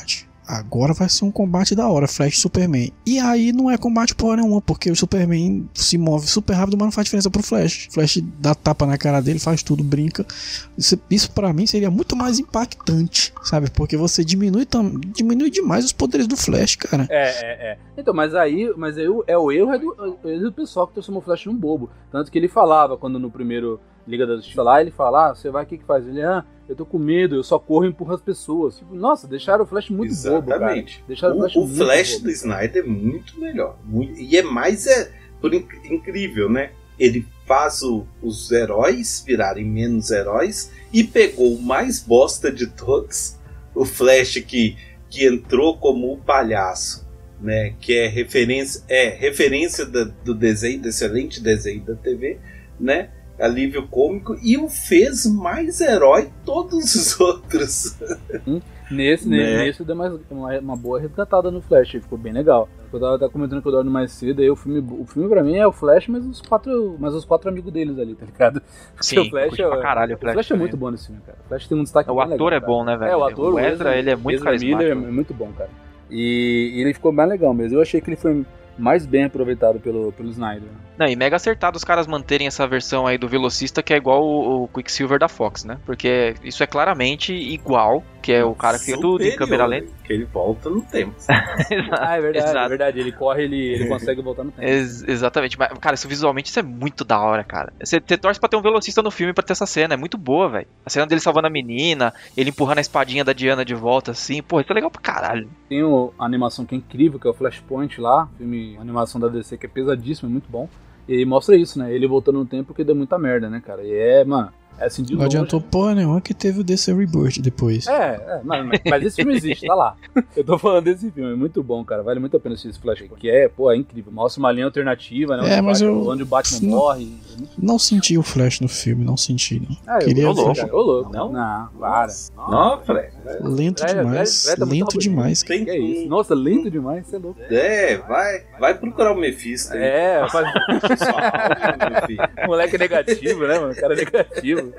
Speaker 4: agora vai ser um combate da hora, Flash e Superman. E aí não é combate porra nenhuma, porque o Superman se move super rápido, mas não faz diferença pro Flash. O Flash dá tapa na cara dele, faz tudo, brinca. Isso, isso pra mim seria muito mais impactante, sabe? Porque você diminui, tam, diminui demais os poderes do Flash, cara.
Speaker 3: É, é, é. Então, mas aí, mas aí é o erro é do, é do pessoal que transformou o Flash num bobo. Tanto que ele falava, quando no primeiro Liga da Justiça lá, ele fala, ah, você vai, o que que faz? Ele, ah, eu tô com medo, eu só corro e empurro as pessoas. Tipo, nossa, deixaram o Flash muito
Speaker 2: Exatamente.
Speaker 3: bobo, cara. Deixaram
Speaker 2: o,
Speaker 3: o Flash,
Speaker 2: o
Speaker 3: muito
Speaker 2: Flash
Speaker 3: bobo,
Speaker 2: do Snyder é muito melhor. Muito, e é mais é, por inc- incrível, né? Ele faz o, os heróis virarem menos heróis e pegou o mais bosta de todos, o Flash que, que entrou como o palhaço, né? Que é referência, é, referência da, do desenho, do excelente desenho da T V, né? Alívio cômico, e o fez mais herói todos os outros.
Speaker 3: Hum, nesse, né? nesse deu mais, uma, uma boa resgatada no Flash, ficou bem legal. Eu tava, tava comentando com o Eduardo mais cedo, aí o filme, o filme pra mim é o Flash, mas os quatro, mas os quatro amigos deles ali, tá ligado?
Speaker 5: Sim,
Speaker 3: o Flash, é,
Speaker 5: pra caralho, o Flash,
Speaker 3: o Flash é muito bom nesse filme, cara. O Flash tem um destaque
Speaker 5: O
Speaker 3: bem
Speaker 5: ator
Speaker 3: legal,
Speaker 5: é bom,
Speaker 3: cara.
Speaker 5: né, velho?
Speaker 3: É, o ator,
Speaker 5: o Ezra, ele é muito
Speaker 3: Ezra
Speaker 5: carismático.
Speaker 3: Miller é muito bom, cara. E, e ele ficou bem legal mesmo. Eu achei que ele foi mais bem aproveitado pelo, pelo Snyder.
Speaker 5: Não, e mega acertado os caras manterem essa versão aí do velocista que é igual o, o Quicksilver da Fox, né? Porque isso é claramente igual, que é o cara que tem tudo em câmera lenta.
Speaker 2: Que ele volta no tempo.
Speaker 3: Ah, é verdade,
Speaker 5: Exato.
Speaker 3: é verdade. Ele corre, ele, ele consegue voltar no tempo.
Speaker 5: Ex- exatamente, mas, cara, isso visualmente isso é muito da hora, cara. Você, você torce pra ter um velocista no filme pra ter essa cena, é muito boa, velho. A cena dele salvando a menina, ele empurrando a espadinha da Diana de volta, assim, pô, isso é legal pra caralho.
Speaker 3: Tem o, a animação que é incrível, que é o Flashpoint lá, filme, a animação da D C que é pesadíssima, é muito bom. E mostra isso, né? Ele voltando no tempo que deu muita merda, né, cara? E é, mano, é assim de
Speaker 4: Não
Speaker 3: longe.
Speaker 4: adiantou porra nenhuma que teve o D C Rebirth depois.
Speaker 3: É, é mas, mas esse filme existe, tá lá. Eu tô falando desse filme, é muito bom, cara. Vale muito a pena assistir esse Flashpoint. Que é, pô, é incrível. Mostra uma linha alternativa, né? Onde,
Speaker 4: É, mas
Speaker 3: o, Batman,
Speaker 4: eu-
Speaker 3: onde o Batman
Speaker 4: não-
Speaker 3: morre.
Speaker 4: Não senti o Flash no filme, não senti, não.
Speaker 3: Ah, eu,
Speaker 4: Queria
Speaker 3: ô louco,
Speaker 4: ver.
Speaker 3: cara, ô louco.
Speaker 2: Não?
Speaker 3: Não, para.
Speaker 2: Não, Fred.
Speaker 4: Lento
Speaker 3: Fred-
Speaker 4: demais,
Speaker 3: Fred tá muito
Speaker 4: lento
Speaker 3: rabugento.
Speaker 4: demais.
Speaker 2: Tem
Speaker 3: Que é isso? Nossa, lento demais, você é louco.
Speaker 2: É, vai, vai procurar o Mephisto aí.
Speaker 3: É, faz...
Speaker 2: Sua alma, meu filho.
Speaker 3: moleque negativo, né, mano? Cara negativo.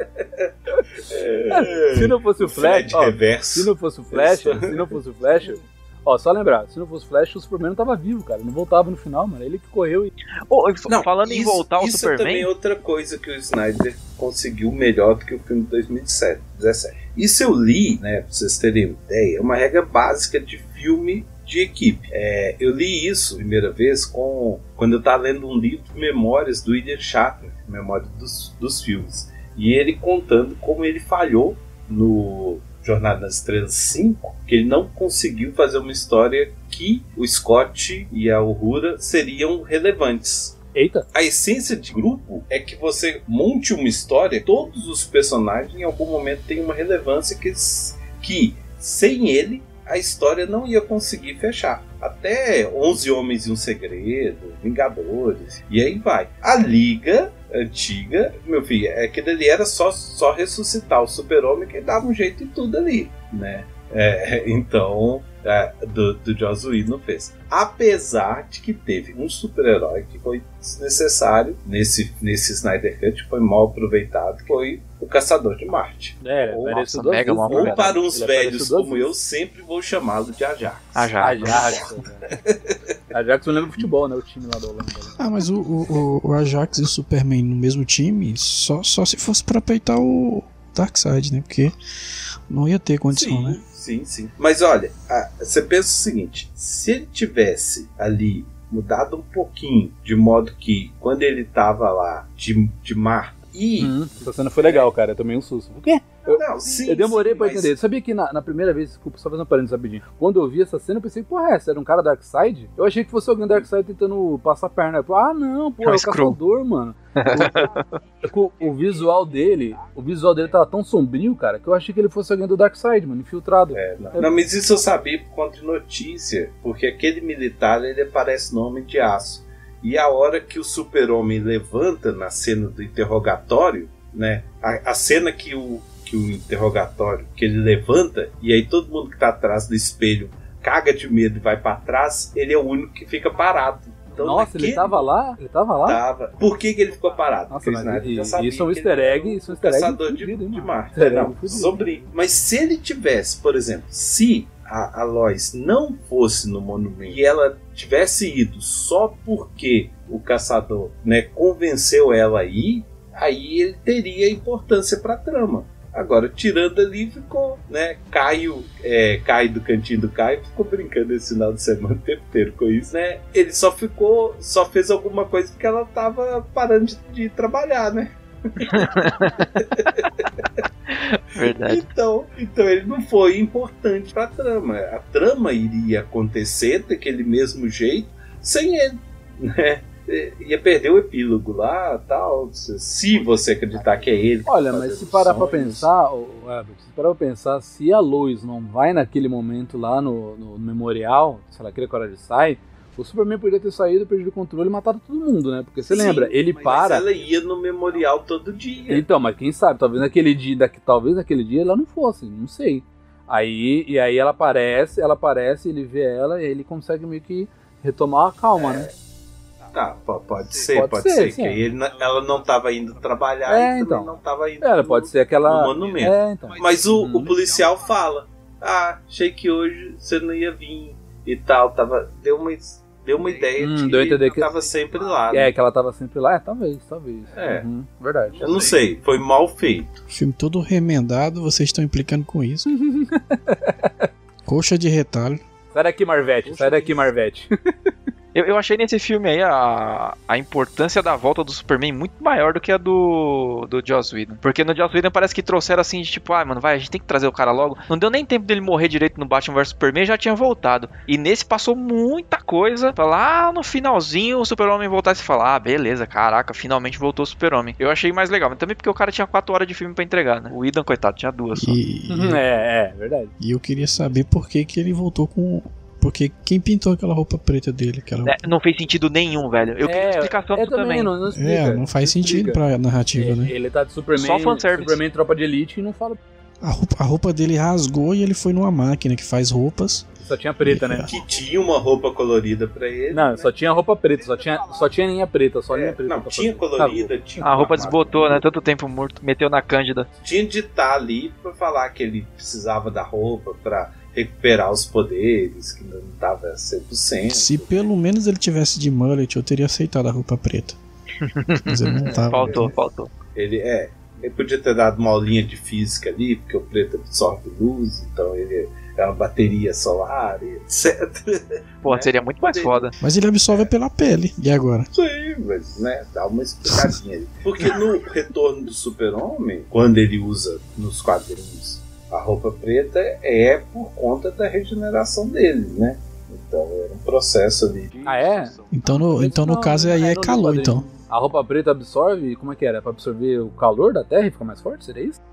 Speaker 3: Se não fosse o Flash,
Speaker 2: Fred
Speaker 3: ó,
Speaker 2: reverso.
Speaker 3: se não fosse o Flash, se não fosse o Flash, ó, só lembrar, se não fosse o Flash, o Superman não tava vivo, cara, não voltava no final, mano, ele que correu e...
Speaker 5: Ô,
Speaker 2: Não,
Speaker 5: falando em
Speaker 2: isso-
Speaker 5: voltar ao
Speaker 2: isso
Speaker 5: Superman,
Speaker 2: também é outra coisa que o Snyder conseguiu melhor do que o filme de dois mil e dezessete. Isso eu li, né, pra vocês terem uma ideia, é uma regra básica de filme de equipe. É, eu li isso a primeira vez com, quando eu estava lendo um livro de memórias do William Shatner, memória dos, dos filmes, e ele contando como ele falhou no Jornada nas Estrelas cinco, que ele não conseguiu fazer uma história que o Scott e a Uhura seriam relevantes.
Speaker 3: Eita!
Speaker 2: A essência de grupo é que você monte uma história, todos os personagens em algum momento têm uma relevância que, que sem ele a história não ia conseguir fechar. Até onze Homens e um Segredo, Vingadores, e aí vai. A Liga antiga, meu filho, é que ele era só, só ressuscitar o Super-Homem que dava um jeito em tudo ali, né? É, então, é, do, do Joss Whedon fez. Apesar de que teve um super-herói que foi desnecessário nesse, nesse Snyder Cut, foi mal aproveitado, que foi o Caçador de Marte.
Speaker 3: É,
Speaker 5: Nossa,
Speaker 3: apareceu duas
Speaker 5: mega
Speaker 3: vezes,
Speaker 5: mal
Speaker 3: né,
Speaker 2: Ou
Speaker 3: cara?
Speaker 2: para uns
Speaker 3: Ele
Speaker 2: velhos
Speaker 3: apareceu duas
Speaker 2: como
Speaker 3: vezes.
Speaker 2: eu, sempre vou chamá-lo de Ajax.
Speaker 5: Ajax.
Speaker 3: Ajax. Ajax eu lembro do futebol, né? O time lá da Holanda.
Speaker 4: Ah, mas o, o, o Ajax e o Superman no mesmo time, só, só se fosse pra peitar o Darkseid, né? Porque não ia ter condição,
Speaker 2: sim,
Speaker 4: né?
Speaker 2: sim, sim. Mas olha, a, você pensa o seguinte, se ele tivesse ali mudado um pouquinho, de modo que quando ele tava lá de, de mar e...
Speaker 3: Hum, essa cena foi legal, cara. Eu tomei um susto. O quê? Eu,
Speaker 2: Não, sim,
Speaker 3: eu demorei
Speaker 2: sim,
Speaker 3: pra
Speaker 2: mas-
Speaker 3: entender. Sabia que na, na primeira vez, desculpa, só fazer um parênteses rapidinho. Quando eu vi essa cena, eu pensei, porra, essa era um cara Darkseid? Eu achei que fosse alguém Darkseid tentando passar a perna. Eu falei, ah, não, pô,
Speaker 5: É o
Speaker 3: é o
Speaker 5: Skrull.
Speaker 3: caçador, mano. o, o, o visual dele, o visual dele tava tão sombrio, cara, que eu achei que ele fosse alguém do Darkseid, mano, infiltrado.
Speaker 2: É, não. Não, mas isso eu sabia por conta de notícia, porque aquele militar, ele aparece no Homem de Aço. E a hora que o Super-Homem levanta na cena do interrogatório, né, a, a cena que o, que o interrogatório, que ele levanta, e aí todo mundo que tá atrás do espelho caga de medo e vai pra trás, ele é o único que fica parado. Então,
Speaker 3: Nossa,
Speaker 2: naquele-
Speaker 3: ele tava lá? Ele tava lá?
Speaker 2: Tava. Por que, que ele ficou parado?
Speaker 3: Nossa,
Speaker 2: Porque o
Speaker 3: mas
Speaker 2: Snyder
Speaker 3: e-
Speaker 2: já sabia
Speaker 3: isso é um
Speaker 2: que
Speaker 3: easter
Speaker 2: ele era
Speaker 3: egg,
Speaker 2: o
Speaker 3: isso é um easter egg
Speaker 2: caçador de,
Speaker 3: fudido, hein,
Speaker 2: de
Speaker 3: mano?
Speaker 2: Marte.
Speaker 3: Easter egg
Speaker 2: Não,
Speaker 3: fudido.
Speaker 2: sombrio. Mas se ele tivesse, por exemplo, se a, a Lois não fosse no monumento e ela tivesse ido só porque o caçador, né, convenceu ela a ir, aí ele teria importância pra trama. Agora, tirando ali, ficou, né, Caio, é, Caio do Cantinho do Caio, ficou brincando esse final de semana o tempo inteiro com isso, né? Ele só ficou, só fez alguma coisa porque ela tava parando de, de trabalhar, né?
Speaker 5: Verdade.
Speaker 2: Então, então ele não foi importante pra trama. A trama iria acontecer daquele mesmo jeito sem ele, né? Ia perder o epílogo lá, tal, se você acreditar que é ele.
Speaker 3: Olha, mas se parar pra pensar, oh, Herbert, se parar pra pensar, se a Lois não vai naquele momento lá no, no memorial, se ela queria coragem de sair, o Superman poderia ter saído, perdido o controle e matado todo mundo, né? Porque você
Speaker 2: Sim,
Speaker 3: lembra, ele
Speaker 2: mas
Speaker 3: para...
Speaker 2: ela ia no memorial todo dia.
Speaker 3: Então, mas quem sabe, talvez naquele dia, daqui, talvez naquele dia ela não fosse, não sei. Aí, e aí ela aparece, ela aparece, ele vê ela e aí ele consegue meio que retomar a calma, é. né?
Speaker 2: Tá, pode ser, pode, pode ser, ser que ele, ela não estava indo trabalhar
Speaker 3: é,
Speaker 2: e
Speaker 3: então.
Speaker 2: também não estava indo
Speaker 3: ela
Speaker 2: no,
Speaker 3: pode ser aquela...
Speaker 2: no monumento.
Speaker 3: É, então.
Speaker 2: Mas o,
Speaker 3: hum.
Speaker 2: o policial fala, ah, achei que hoje você não ia vir e tal, tava, deu uma, deu uma ideia
Speaker 3: hum,
Speaker 2: de
Speaker 3: que ela
Speaker 2: que estava sempre lá.
Speaker 3: É,
Speaker 2: né?
Speaker 3: que ela estava sempre lá, é, talvez, talvez.
Speaker 2: É.
Speaker 3: Uhum, verdade.
Speaker 2: Eu não sei, foi mal feito.
Speaker 4: Filme todo remendado, vocês estão implicando com isso. Coxa de retalho.
Speaker 3: Sai daqui, Marvete,
Speaker 2: Coxa
Speaker 3: sai daqui,
Speaker 2: de...
Speaker 3: Marvete.
Speaker 5: Eu, eu achei nesse filme aí a, a importância da volta do Superman muito maior do que a do, do Joss Whedon. Porque no Joss Whedon parece que trouxeram assim, de tipo, ah, mano, vai, a gente tem que trazer o cara logo. Não deu nem tempo dele morrer direito no Batman versus Superman, já tinha voltado. E nesse passou muita coisa pra lá no finalzinho o Super-Homem voltasse e falar, ah, beleza, caraca, finalmente voltou o Super-Homem. Eu achei mais legal, mas também porque o cara tinha quatro horas de filme pra entregar, né? O Whedon, coitado, tinha duas só.
Speaker 4: E,
Speaker 3: é, é, verdade.
Speaker 4: E eu queria saber por que que ele voltou com... Porque quem pintou aquela roupa preta dele? Aquela roupa...
Speaker 5: É, não fez sentido nenhum, velho. Eu
Speaker 3: é,
Speaker 5: queria explicação
Speaker 3: é
Speaker 5: disso também.
Speaker 3: Não, não explica,
Speaker 4: é, não faz
Speaker 3: não
Speaker 4: sentido
Speaker 3: explica.
Speaker 4: pra narrativa,
Speaker 3: ele,
Speaker 4: né?
Speaker 3: Ele tá de Superman,
Speaker 5: Só fanservice.
Speaker 3: Superman Tropa de Elite e não fala...
Speaker 4: A roupa, a roupa dele rasgou e ele foi numa máquina que faz roupas.
Speaker 3: Só tinha preta, né?
Speaker 2: Que tinha uma roupa colorida pra ele.
Speaker 3: Não,
Speaker 2: né?
Speaker 3: só tinha roupa preta, só tinha, só tinha linha preta, só
Speaker 2: É,
Speaker 3: linha preta.
Speaker 2: não, tinha colorida, tinha
Speaker 5: A roupa
Speaker 2: uma
Speaker 5: desbotou, né? Tanto tempo morto. Meteu na Cândida.
Speaker 2: Tinha de estar ali pra falar que ele precisava da roupa pra recuperar os poderes, que não estava cem por cento.
Speaker 4: Se pelo menos ele tivesse de mullet, eu teria aceitado a roupa preta. Mas ele não tava.
Speaker 5: Faltou,
Speaker 4: né?
Speaker 5: faltou.
Speaker 2: Ele é. Ele podia ter dado uma aulinha de física ali, porque o preto absorve luz, então ele é uma bateria solar, etcétera.
Speaker 5: Pô,
Speaker 2: né?
Speaker 5: seria muito mais foda.
Speaker 4: Mas ele absorve pela pele. E agora?
Speaker 2: Sim, mas né, dá uma explicadinha aí. Porque no Retorno do Super-Homem, quando ele usa nos quadrinhos a roupa preta, é por conta da regeneração dele, né? Então era um processo ali.
Speaker 3: Ah, é?
Speaker 4: Então no, então, no caso aí é calor, então.
Speaker 3: A roupa preta absorve, como é que era? Pra absorver o calor da Terra e ficar mais forte? Seria isso?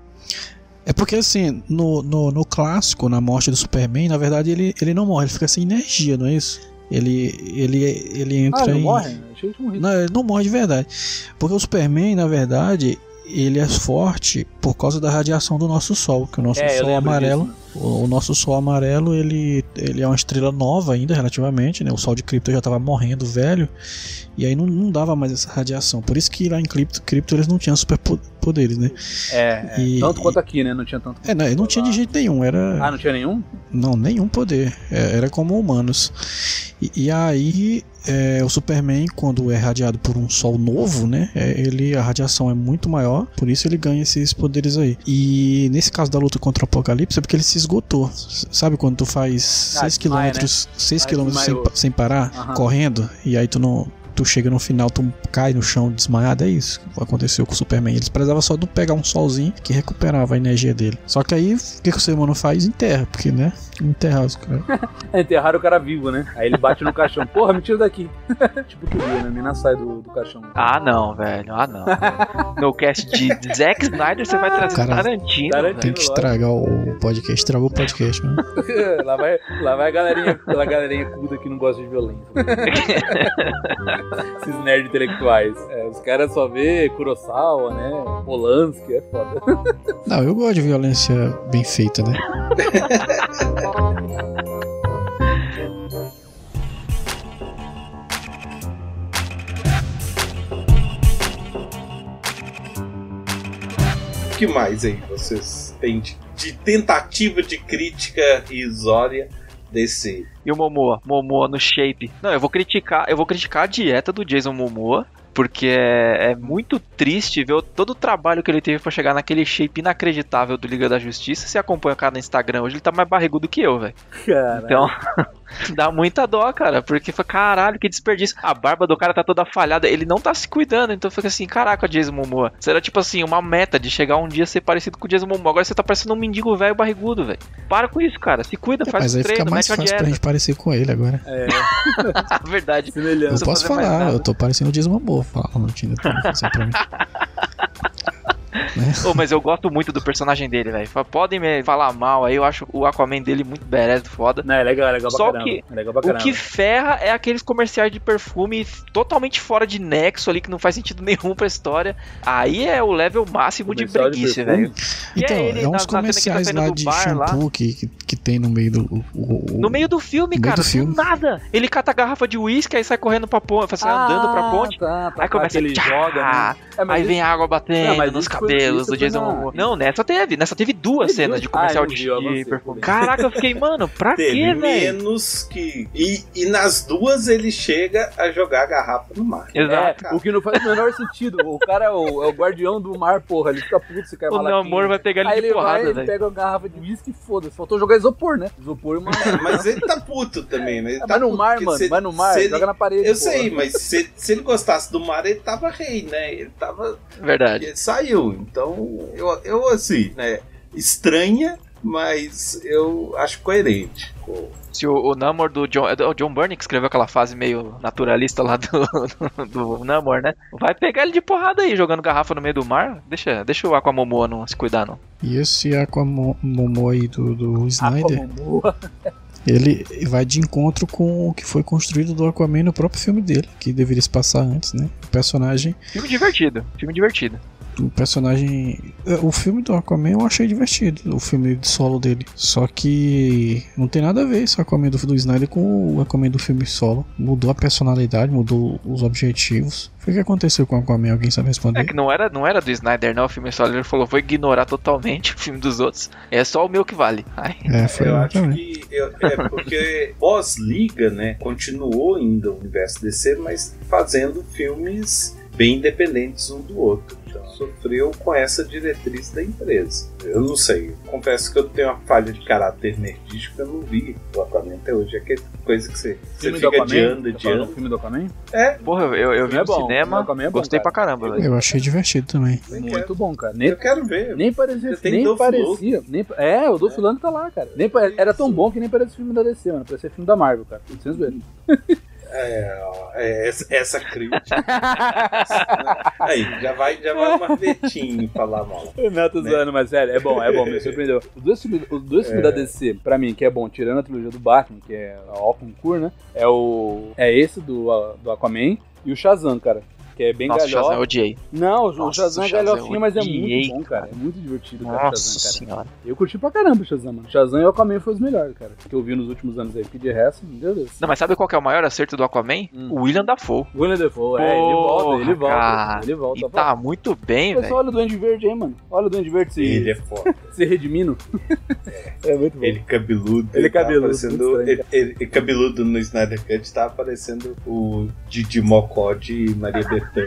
Speaker 4: É porque assim, no, no, no clássico, na morte do Superman, na verdade ele, ele não morre, ele fica sem energia, não é isso? Ele, ele, ele entra
Speaker 3: ah, ele não
Speaker 4: em...
Speaker 3: morre? Achei que morri.
Speaker 4: Não, ele não morre de verdade. Porque o Superman, na verdade, ele é forte por causa da radiação do nosso Sol, que o nosso
Speaker 3: É, eu
Speaker 4: Sol
Speaker 3: lembro
Speaker 4: amarelo,
Speaker 3: disso.
Speaker 4: o, o nosso Sol amarelo, ele, ele é uma estrela nova ainda, relativamente, né? O Sol de Krypton já estava morrendo velho, e aí não, não dava mais essa radiação. Por isso que lá em Krypton, Krypton eles não tinham superpoderes, né?
Speaker 3: É, é.
Speaker 4: E-
Speaker 3: tanto quanto aqui, né? Não tinha tanto.
Speaker 4: É, não, ele não tinha de jeito nenhum, era...
Speaker 3: Ah, não tinha nenhum?
Speaker 4: Não, nenhum poder. É, era como humanos. E, e aí, é, o Superman, quando é radiado por um sol novo, né? É, ele, a radiação é muito maior, por isso ele ganha esses poderes aí. E nesse caso da luta contra o Apocalipse, é porque ele se esgotou. S- Sabe quando tu faz
Speaker 3: Ah,
Speaker 4: seis
Speaker 3: desmaia,
Speaker 4: quilômetros seis
Speaker 3: Ah,
Speaker 4: quilômetros sem,
Speaker 3: desmaiou.
Speaker 4: pa- sem parar,
Speaker 3: Aham.
Speaker 4: correndo, e aí tu não. Tu chega no final, tu cai no chão desmaiado, é isso que aconteceu com o Superman. Eles precisavam só de pegar um solzinho que recuperava a energia dele. Só que aí, o que, que o ser humano faz? Enterra, porque, né? Enterrar os caras.
Speaker 3: É, enterraram o cara vivo, né? Aí ele bate no caixão. Porra, me tira daqui. Tipo que dia, né? A mina sai do, do caixão.
Speaker 5: Ah, não, velho. Ah, não. No cast de Zack Snyder, você vai trazer
Speaker 4: Cara,
Speaker 5: Tarantino.
Speaker 3: Tarantino.
Speaker 5: velho.
Speaker 4: Tem que estragar o podcast. Estragou o podcast, mano.
Speaker 3: lá, vai, lá vai a galerinha, a galerinha culta que não gosta de violência. Esses nerds intelectuais. É, os caras só vê Kurosawa, né? Polanski, é foda.
Speaker 4: Não, eu gosto de violência bem feita, né?
Speaker 2: O que mais aí vocês têm de de tentativa de crítica irrisória desse.
Speaker 5: E o Momoa? Momoa no shape. Não, eu vou criticar, eu vou criticar a dieta do Jason Momoa. Porque é, é muito triste ver todo o trabalho que ele teve pra chegar naquele shape inacreditável do Liga da Justiça. Você acompanha o cara no Instagram hoje, ele tá mais barrigudo que eu, velho. Então, dá muita dó, cara. Porque foi, caralho, que desperdício. A barba do cara tá toda falhada, ele não tá se cuidando. Então fica assim, caraca, Jason Momoa. Você era tipo assim, uma meta de chegar um dia a ser parecido com o Jason Momoa. Agora você tá parecendo um mendigo velho barrigudo, velho. Para com isso, cara. Se cuida,
Speaker 4: é,
Speaker 5: faz
Speaker 4: mas
Speaker 5: o
Speaker 4: aí
Speaker 5: treino,
Speaker 4: fica mais
Speaker 5: mete uma
Speaker 4: fácil
Speaker 5: dieta.
Speaker 4: pra gente parecer com ele agora.
Speaker 3: É.
Speaker 5: Verdade.
Speaker 4: Eu posso falar, eu tô parecendo o Jason Momoa. Fala no Tinder pra mim. Né?
Speaker 5: Oh, mas eu gosto muito do personagem dele, velho. Podem me falar mal aí, eu acho o Aquaman dele muito badass, foda.
Speaker 3: Não, é legal, é legal pra
Speaker 5: Só
Speaker 3: caramba.
Speaker 5: que
Speaker 3: é legal pra
Speaker 5: o
Speaker 3: caramba.
Speaker 5: que ferra é aqueles comerciais de perfume totalmente fora de nexo ali, que não faz sentido nenhum pra história. Aí é o level máximo de
Speaker 3: Comercial de
Speaker 5: breguice,
Speaker 3: perfume?
Speaker 5: velho.
Speaker 4: Então,
Speaker 5: E é ele
Speaker 4: é uns
Speaker 5: na- na cena que ele tá
Speaker 4: comerciais
Speaker 5: saindo
Speaker 4: lá
Speaker 5: do
Speaker 4: de
Speaker 5: bar
Speaker 4: shampoo
Speaker 5: lá.
Speaker 4: que, que, que tem no meio do. O, o-
Speaker 5: No meio do filme,
Speaker 4: no meio
Speaker 5: cara,
Speaker 4: do filme.
Speaker 5: do nada. Ele cata a garrafa de uísque, aí sai correndo pra ponte, sai andando pra ponte.
Speaker 3: Tá, tá,
Speaker 5: Aí começa
Speaker 3: ele
Speaker 5: tchá,
Speaker 3: joga, né? É, mas
Speaker 5: Aí
Speaker 3: isso-
Speaker 5: vem a água batendo
Speaker 3: Não, mas
Speaker 5: nos
Speaker 3: isso foi-
Speaker 5: cabelos
Speaker 3: isso
Speaker 5: do
Speaker 3: foi
Speaker 5: Jason
Speaker 3: na-
Speaker 5: Momoa. Não, nessa teve. Nessa teve duas
Speaker 3: Teve
Speaker 5: cenas
Speaker 3: duas?
Speaker 5: de comercial
Speaker 3: Ah, eu não
Speaker 5: de,
Speaker 3: vi, eu
Speaker 5: de
Speaker 3: avancei,
Speaker 5: perfume.
Speaker 3: pô.
Speaker 5: Caraca, eu fiquei, mano, pra
Speaker 2: Teve
Speaker 5: quê, velho?
Speaker 2: menos que. E, e nas duas ele chega a jogar a garrafa no mar.
Speaker 5: Exato.
Speaker 3: É, o que não faz o menor sentido. O cara é o, é o guardião do mar, porra. Ele fica puto se cai
Speaker 5: O
Speaker 3: uma
Speaker 5: Namor vai pegar ele
Speaker 3: Aí
Speaker 5: de
Speaker 3: ele vai,
Speaker 5: porrada,
Speaker 3: ele
Speaker 5: velho.
Speaker 3: pega uma garrafa de uísque e foda-se. Faltou jogar isopor, né? Isopor e uma...
Speaker 2: Mas ele tá puto também, né? Ele
Speaker 3: É,
Speaker 2: tá
Speaker 3: mas no
Speaker 2: puto,
Speaker 3: mar,
Speaker 2: porque
Speaker 3: mano.
Speaker 2: se-
Speaker 3: Mas no mar,
Speaker 2: se ele-
Speaker 3: joga na parede.
Speaker 2: Eu
Speaker 3: porra.
Speaker 2: sei, mas se, se ele gostasse do mar, ele tava rei, né? Ele tava.
Speaker 5: Verdade.
Speaker 2: Ele saiu. Então, eu, eu assim, né? Estranha, mas eu acho coerente. com-
Speaker 5: Se o, o Namor do John, é o John Byrne que escreveu aquela fase meio naturalista lá do, do, do Namor, né? Vai pegar ele de porrada aí, jogando garrafa no meio do mar. Deixa, deixa o Aquamomoa não se cuidar, não.
Speaker 4: E esse Aquamomoa aí do, do Snyder,
Speaker 3: Aquamomoa.
Speaker 4: ele vai de encontro com o que foi construído do Aquaman no próprio filme dele, que deveria se passar antes, né? O personagem.
Speaker 5: Filme divertido, filme divertido.
Speaker 4: O personagem. O filme do Aquaman eu achei divertido, o filme de solo dele. Só que não tem nada a ver esse Aquaman do, do Snyder com o Aquaman do filme solo. Mudou a personalidade, mudou os objetivos. O que aconteceu com o Aquaman? Alguém sabe responder?
Speaker 5: É que não era, não era do Snyder, não. O filme só ele falou, vou ignorar totalmente o filme dos outros. É só o meu que vale. Ai.
Speaker 4: É, foi
Speaker 2: Eu
Speaker 4: eu
Speaker 2: acho
Speaker 4: também.
Speaker 2: que. eu- é porque pós-Liga, né? Continuou ainda o universo D C, mas fazendo filmes bem independentes um do outro. Então sofreu com essa diretriz da empresa. Eu não sei. Confesso que eu tenho uma falha de caráter nerdístico. Eu não vi o Aquaman até hoje. É aquela coisa que você, você
Speaker 3: Filme do
Speaker 2: fica
Speaker 3: Aquaman?
Speaker 2: adiando,
Speaker 3: Tá falando do
Speaker 2: adiando.
Speaker 3: filme do Aquaman?
Speaker 2: É,
Speaker 5: Porra, eu, eu vi
Speaker 3: É
Speaker 5: no
Speaker 3: bom,
Speaker 5: cinema,
Speaker 3: o Aquaman é bom,
Speaker 5: gostei
Speaker 3: cara.
Speaker 5: pra caramba, velho.
Speaker 4: Eu achei divertido também.
Speaker 2: nem
Speaker 3: Muito
Speaker 2: quero.
Speaker 3: bom, cara. Nem,
Speaker 2: Eu quero ver.
Speaker 3: nem parecia.
Speaker 2: Tem
Speaker 3: Nem
Speaker 2: Dolph
Speaker 3: parecia. Nem, é, o Dolph Lundgren tá lá, cara. Nem pare- era tão bom que nem parecia filme da D C, mano. Parecia filme da Marvel, cara. Sem zoeira.
Speaker 2: É, ó, é, essa, essa crítica. Aí, já vai, já vai o Marvetinho falar mal.
Speaker 3: Não, tô
Speaker 2: Né?
Speaker 3: zoando, mas sério, é bom, é bom, me surpreendeu. Os dois filmes, os dois filmes da D C, pra mim, que é bom, tirando a trilogia do Batman, que é a All Concur, né? É o. É esse do, do Aquaman e o Shazam, cara. Que é bem
Speaker 5: Nossa,
Speaker 3: galhofa.
Speaker 5: Shazam, eu odiei.
Speaker 3: Não, o
Speaker 5: Nossa,
Speaker 3: Shazam é
Speaker 5: Shazam,
Speaker 3: galhofinho,
Speaker 5: eu
Speaker 3: mas é
Speaker 5: odiei,
Speaker 3: muito bom, cara. É muito divertido, cara,
Speaker 5: Nossa
Speaker 3: Shazam, cara.
Speaker 5: senhora.
Speaker 3: Eu curti pra caramba o Shazam, mano. Shazam e o Aquaman foi os melhores, cara. Que eu vi nos últimos anos aí. Porque de resto, meu Deus.
Speaker 5: Não, mas sabe qual que é o maior acerto do Aquaman?
Speaker 3: Hum.
Speaker 5: O William Dafoe.
Speaker 3: William Dafoe, é, ele volta, ele volta.
Speaker 5: Cara,
Speaker 3: Ele volta.
Speaker 5: e tá muito bem,
Speaker 3: Pessoal,
Speaker 5: velho.
Speaker 3: olha o Duende Verde aí, mano. Olha o Duende Verde se,
Speaker 2: Ele é foda.
Speaker 3: se redimindo. É muito bom.
Speaker 2: Ele cabeludo.
Speaker 3: Ele
Speaker 2: tá
Speaker 3: cabeludo,
Speaker 2: aparecendo-
Speaker 3: muito
Speaker 2: ele, ele- ele cabeludo no Snyder Cut tá aparecendo o Didi Mocó de Maria Bethânia.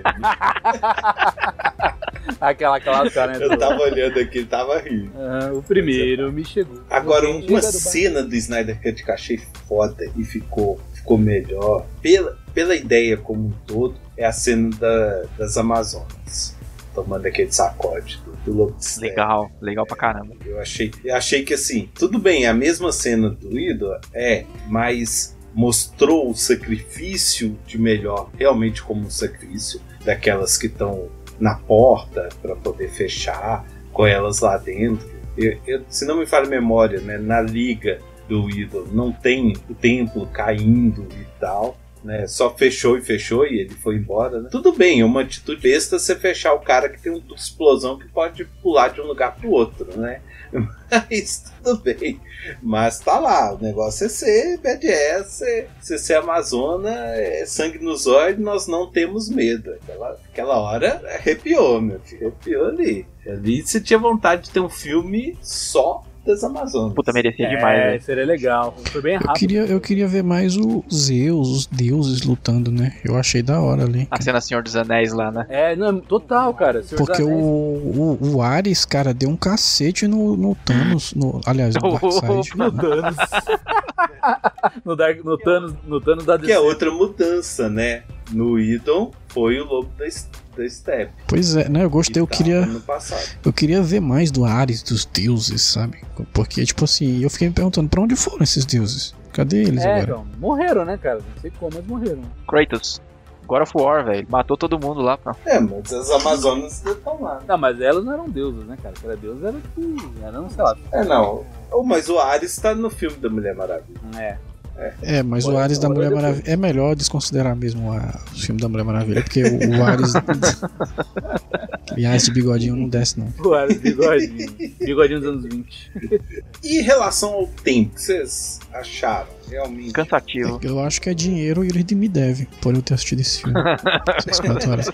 Speaker 3: Aquela clássica, né?
Speaker 2: Eu
Speaker 3: do-
Speaker 2: tava olhando aqui, ele tava rindo.
Speaker 3: Ah, o primeiro me chegou.
Speaker 2: Agora,
Speaker 3: Quem
Speaker 2: uma
Speaker 3: chega do bar-
Speaker 2: cena do Snyder Cut que eu achei foda e ficou, ficou melhor, pela, pela ideia como um todo, é a cena da- das Amazonas. Tomando aquele sacode do, do Lobo de Steppe.
Speaker 5: Legal, legal pra caramba.
Speaker 2: Eu achei, eu achei que assim, tudo bem, a mesma cena do Ídolo, é, mas mostrou o sacrifício de melhor realmente como um sacrifício daquelas que estão na porta para poder fechar, com elas lá dentro. Eu, eu, se não me falha a memória, né, na liga do Ídolo não tem o templo caindo e tal, né, só fechou e fechou e ele foi embora, né? Tudo bem, é uma atitude besta você fechar o cara que tem uma explosão que pode pular de um lugar pro outro, né? Mas tudo bem. Mas tá lá, o negócio é ser B D S, ser, ser Amazona, é sangue nos olhos, nós não temos medo. Aquela, aquela hora arrepiou, meu filho, arrepiou ali. Ali você tinha vontade de ter um filme só das Amazonas.
Speaker 5: Puta, merecia
Speaker 3: É,
Speaker 5: demais, né?
Speaker 3: seria legal. Foi bem rápido.
Speaker 4: Eu queria, eu queria ver mais os Zeus, os deuses lutando, né? Eu achei da hora ali.
Speaker 5: A cena Senhor dos Anéis lá, né?
Speaker 3: É, não, total, cara. Senhor dos
Speaker 4: Porque o,
Speaker 3: Anéis.
Speaker 4: o, o Ares, cara, deu um cacete no, no Thanos. No, aliás, no Darkseid.
Speaker 3: No Thanos. no, Dark, no, Thanos no Thanos da D C.
Speaker 2: Que é outra mudança, né? No Idon foi o lobo da, da Steppe.
Speaker 4: Pois é, né? Eu gostei, eu
Speaker 2: que
Speaker 4: queria.
Speaker 2: tava no passado.
Speaker 4: Eu queria ver mais do Ares, dos deuses, sabe? Porque, tipo assim, eu fiquei me perguntando pra onde foram esses deuses? Cadê eles
Speaker 3: É,
Speaker 4: agora?
Speaker 3: então, morreram, né, cara? Não sei como, mas morreram.
Speaker 5: Kratos. God of War, velho. Matou todo mundo lá, pô.
Speaker 2: É, mas as Amazonas ainda estão lá.
Speaker 3: Não, mas elas não eram deusas, né, cara? Era deus, era tipo. Eram, sei lá.
Speaker 2: É, não. Oh, mas o Ares tá no filme da Mulher Maravilha.
Speaker 3: É.
Speaker 4: É, mas
Speaker 2: Pode
Speaker 4: o Ares da
Speaker 2: falar
Speaker 4: Mulher
Speaker 2: depois.
Speaker 4: Maravilha. É melhor desconsiderar mesmo a, o filme da Mulher Maravilha, porque o, o Ares. E Ares de bigodinho não desce, não.
Speaker 3: Pô, era bigodinho. Bigodinho dos anos vinte.
Speaker 2: E em relação ao tempo, que vocês acharam? Realmente.
Speaker 5: Cansativo.
Speaker 4: Eu acho que é dinheiro e eles me devem por eu ter assistido esse filme. Essas quatro horas.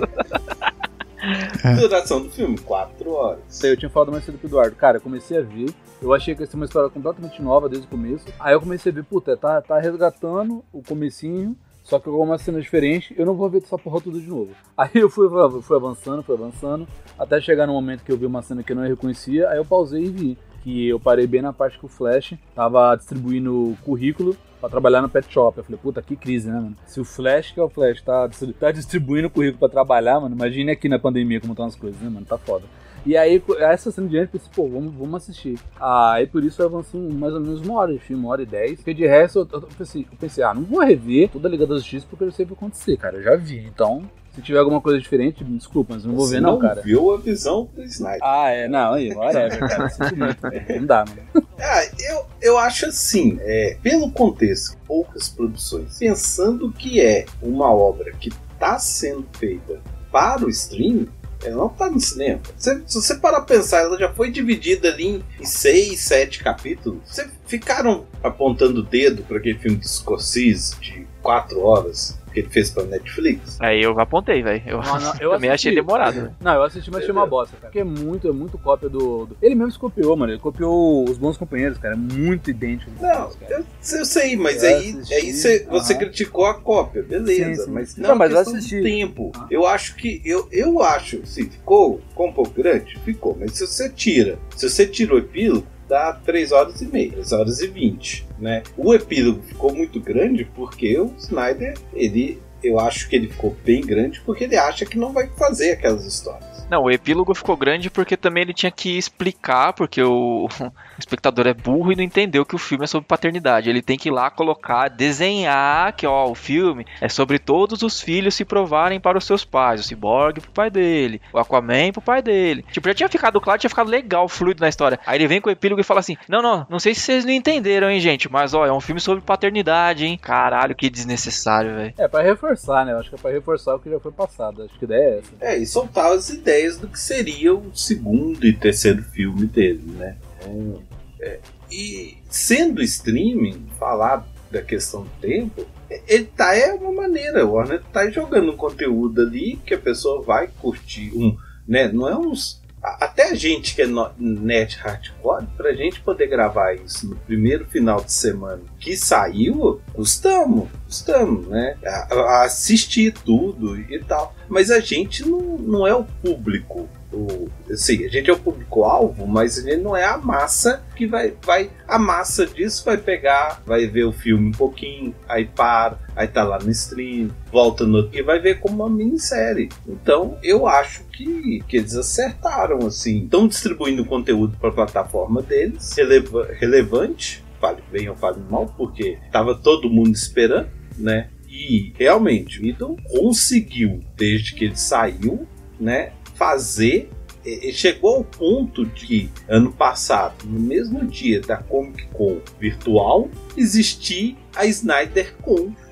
Speaker 4: É.
Speaker 2: Duração do filme, quatro horas.
Speaker 3: Eu tinha falado mais cedo pro Eduardo. Cara, eu comecei a ver. Eu achei que ia ser uma história completamente nova desde o começo. Aí eu comecei a ver, puta, tá, tá resgatando o comecinho, só que com algumas cenas diferentes. Eu não vou ver essa porra tudo de novo. Aí eu fui, fui avançando, fui avançando, até chegar no momento que eu vi uma cena que eu não reconhecia. Aí eu pausei e vi. Que eu parei bem na parte que o Flash tava distribuindo currículo pra trabalhar no pet shop. Eu falei, puta, que crise, né, mano? Se o Flash, que é o Flash, tá, tá distribuindo currículo pra trabalhar, mano, imagine aqui na pandemia como estão as coisas, né, mano? Tá foda. E aí, essa cena diante, eu pensei, pô, vamos, vamos assistir. Aí, por isso, eu avancei mais ou menos uma hora de filme, uma hora e dez. Porque de resto, eu, eu, pensei, eu pensei, ah, não vou rever toda a Liga da Justiça porque eu sei o que vai acontecer, cara. Eu já vi, então... Se tiver alguma coisa diferente, me desculpa, mas não vou
Speaker 2: Você
Speaker 3: ver não,
Speaker 2: não
Speaker 3: cara.
Speaker 2: viu a visão do Snyder.
Speaker 3: Ah, é, não, aí, whatever, cara. Sinto muito, não dá, mano.
Speaker 2: Ah, eu, eu acho assim, é, pelo contexto, poucas produções, pensando que é uma obra que está sendo feita para o streaming, ela não tá no cinema. Se, se você parar pra pensar, ela já foi dividida ali em, em seis, sete capítulos. Vocês ficaram apontando o dedo para aquele filme do Scorsese de quatro horas que ele fez pra Netflix?
Speaker 5: Aí eu apontei, velho. Eu,
Speaker 3: Não, não, eu
Speaker 5: também
Speaker 3: assisti.
Speaker 5: achei demorado, velho.
Speaker 3: Não, eu assisti, mas achei uma bosta, cara. Porque é muito, é muito cópia do, do... Ele mesmo se copiou, mano. Ele copiou Os Bons Companheiros, cara. É muito idêntico.
Speaker 2: Não,
Speaker 3: cara.
Speaker 2: eu, eu sei, mas
Speaker 3: Eu
Speaker 2: aí,
Speaker 3: assisti,
Speaker 2: aí cê, você
Speaker 3: aham.
Speaker 2: criticou a cópia, beleza.
Speaker 3: Sim, sim.
Speaker 2: Mas
Speaker 3: Não,
Speaker 2: não,
Speaker 3: mas eu
Speaker 2: questão
Speaker 3: assisti.
Speaker 2: de tempo.
Speaker 3: Ah.
Speaker 2: Eu acho que, eu, eu acho, sim, ficou, ficou um pouco grande? Ficou, mas se você tira, se você tira o epílogo, dá três horas e meia, três horas e vinte, né? O epílogo ficou muito grande porque o Snyder, ele, eu acho que ele ficou bem grande porque ele acha que não vai fazer aquelas histórias.
Speaker 5: Não, o epílogo ficou grande porque também ele tinha que explicar, porque o, o espectador é burro e não entendeu que o filme é sobre paternidade. Ele tem que ir lá colocar, desenhar que ó, o filme é sobre todos os filhos se provarem para os seus pais. O Cyborg pro pai dele, o Aquaman pro pai dele. Tipo, já tinha ficado claro, tinha ficado legal, fluido na história. Aí ele vem com o epílogo e fala assim, não, não, não sei se vocês não entenderam, hein, gente, mas ó, é um filme sobre paternidade, hein. Caralho, que desnecessário, velho.
Speaker 3: É, pra reforçar, né? Eu acho que é pra reforçar o que já foi passado. Acho que a ideia é essa.
Speaker 2: É, e soltar as ideias do que seria o segundo e terceiro filme dele, né? Então, é, e sendo streaming, falar da questão do tempo, ele tá é uma maneira, o Warner tá jogando um conteúdo ali que a pessoa vai curtir, um, né? Não é uns... Até a gente que é no, net hardcore, pra gente poder gravar isso no primeiro final de semana que saiu, custamos, custamos, né? A, a assistir tudo e tal. Mas a gente não, não é o público. O, assim, a gente é o público-alvo, mas ele não é a massa que vai, vai. A massa disso vai pegar, vai ver o filme um pouquinho, aí para, aí tá lá no stream, volta no outro e vai ver como uma minissérie. Então eu acho que, que eles acertaram, assim. Estão distribuindo conteúdo para a plataforma deles, releva, relevante, fale bem ou fale mal, porque tava todo mundo esperando, né? E realmente o Idon conseguiu, desde que ele saiu, né? Fazer, ele chegou ao ponto de ano passado, no mesmo dia da Comic Con virtual, existir a Snyder Con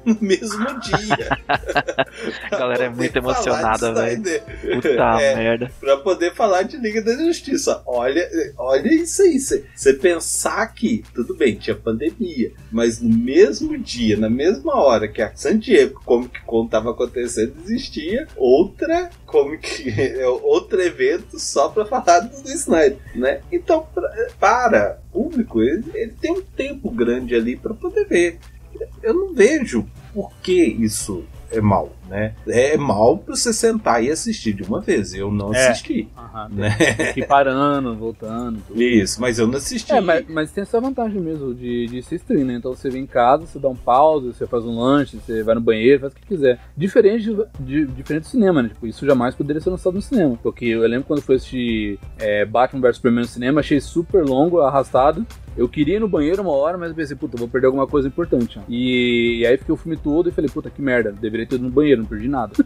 Speaker 2: no mesmo dia.
Speaker 5: A galera é muito emocionada, velho. Puta
Speaker 2: é,
Speaker 5: merda.
Speaker 2: Pra poder falar de Liga da Justiça. Olha, olha isso aí. Você pensar que, tudo bem, tinha pandemia, mas no mesmo dia, na mesma hora que a San Diego Comic Con estava acontecendo, existia outra Comic, outro evento só pra falar do Snyder, né? Então, pra, para o público, ele, ele tem um tempo grande ali pra poder ver. Eu não vejo por que isso é mal, né? É mal pra você sentar e assistir de uma vez. Eu não
Speaker 3: É.
Speaker 2: assisti.
Speaker 3: Aham,
Speaker 2: né?
Speaker 3: tem que ir parando, voltando. Tudo.
Speaker 2: Isso, mas eu não assisti.
Speaker 3: É, mas, mas tem essa vantagem mesmo de, de ser stream, né? Então você vem em casa, você dá um pause, você faz um lanche, você vai no banheiro, faz o que quiser. Diferente, de, de, diferente do cinema, né? Tipo, isso jamais poderia ser lançado no cinema. Porque eu lembro quando fui assistir é, Batman versus Superman no cinema, achei super longo, arrastado. Eu queria ir no banheiro uma hora, mas eu pensei, puta, vou perder alguma coisa importante. Ó. E, e aí fiquei o filme todo e falei, puta, que merda, deveria ter ido no banheiro, não perdi nada.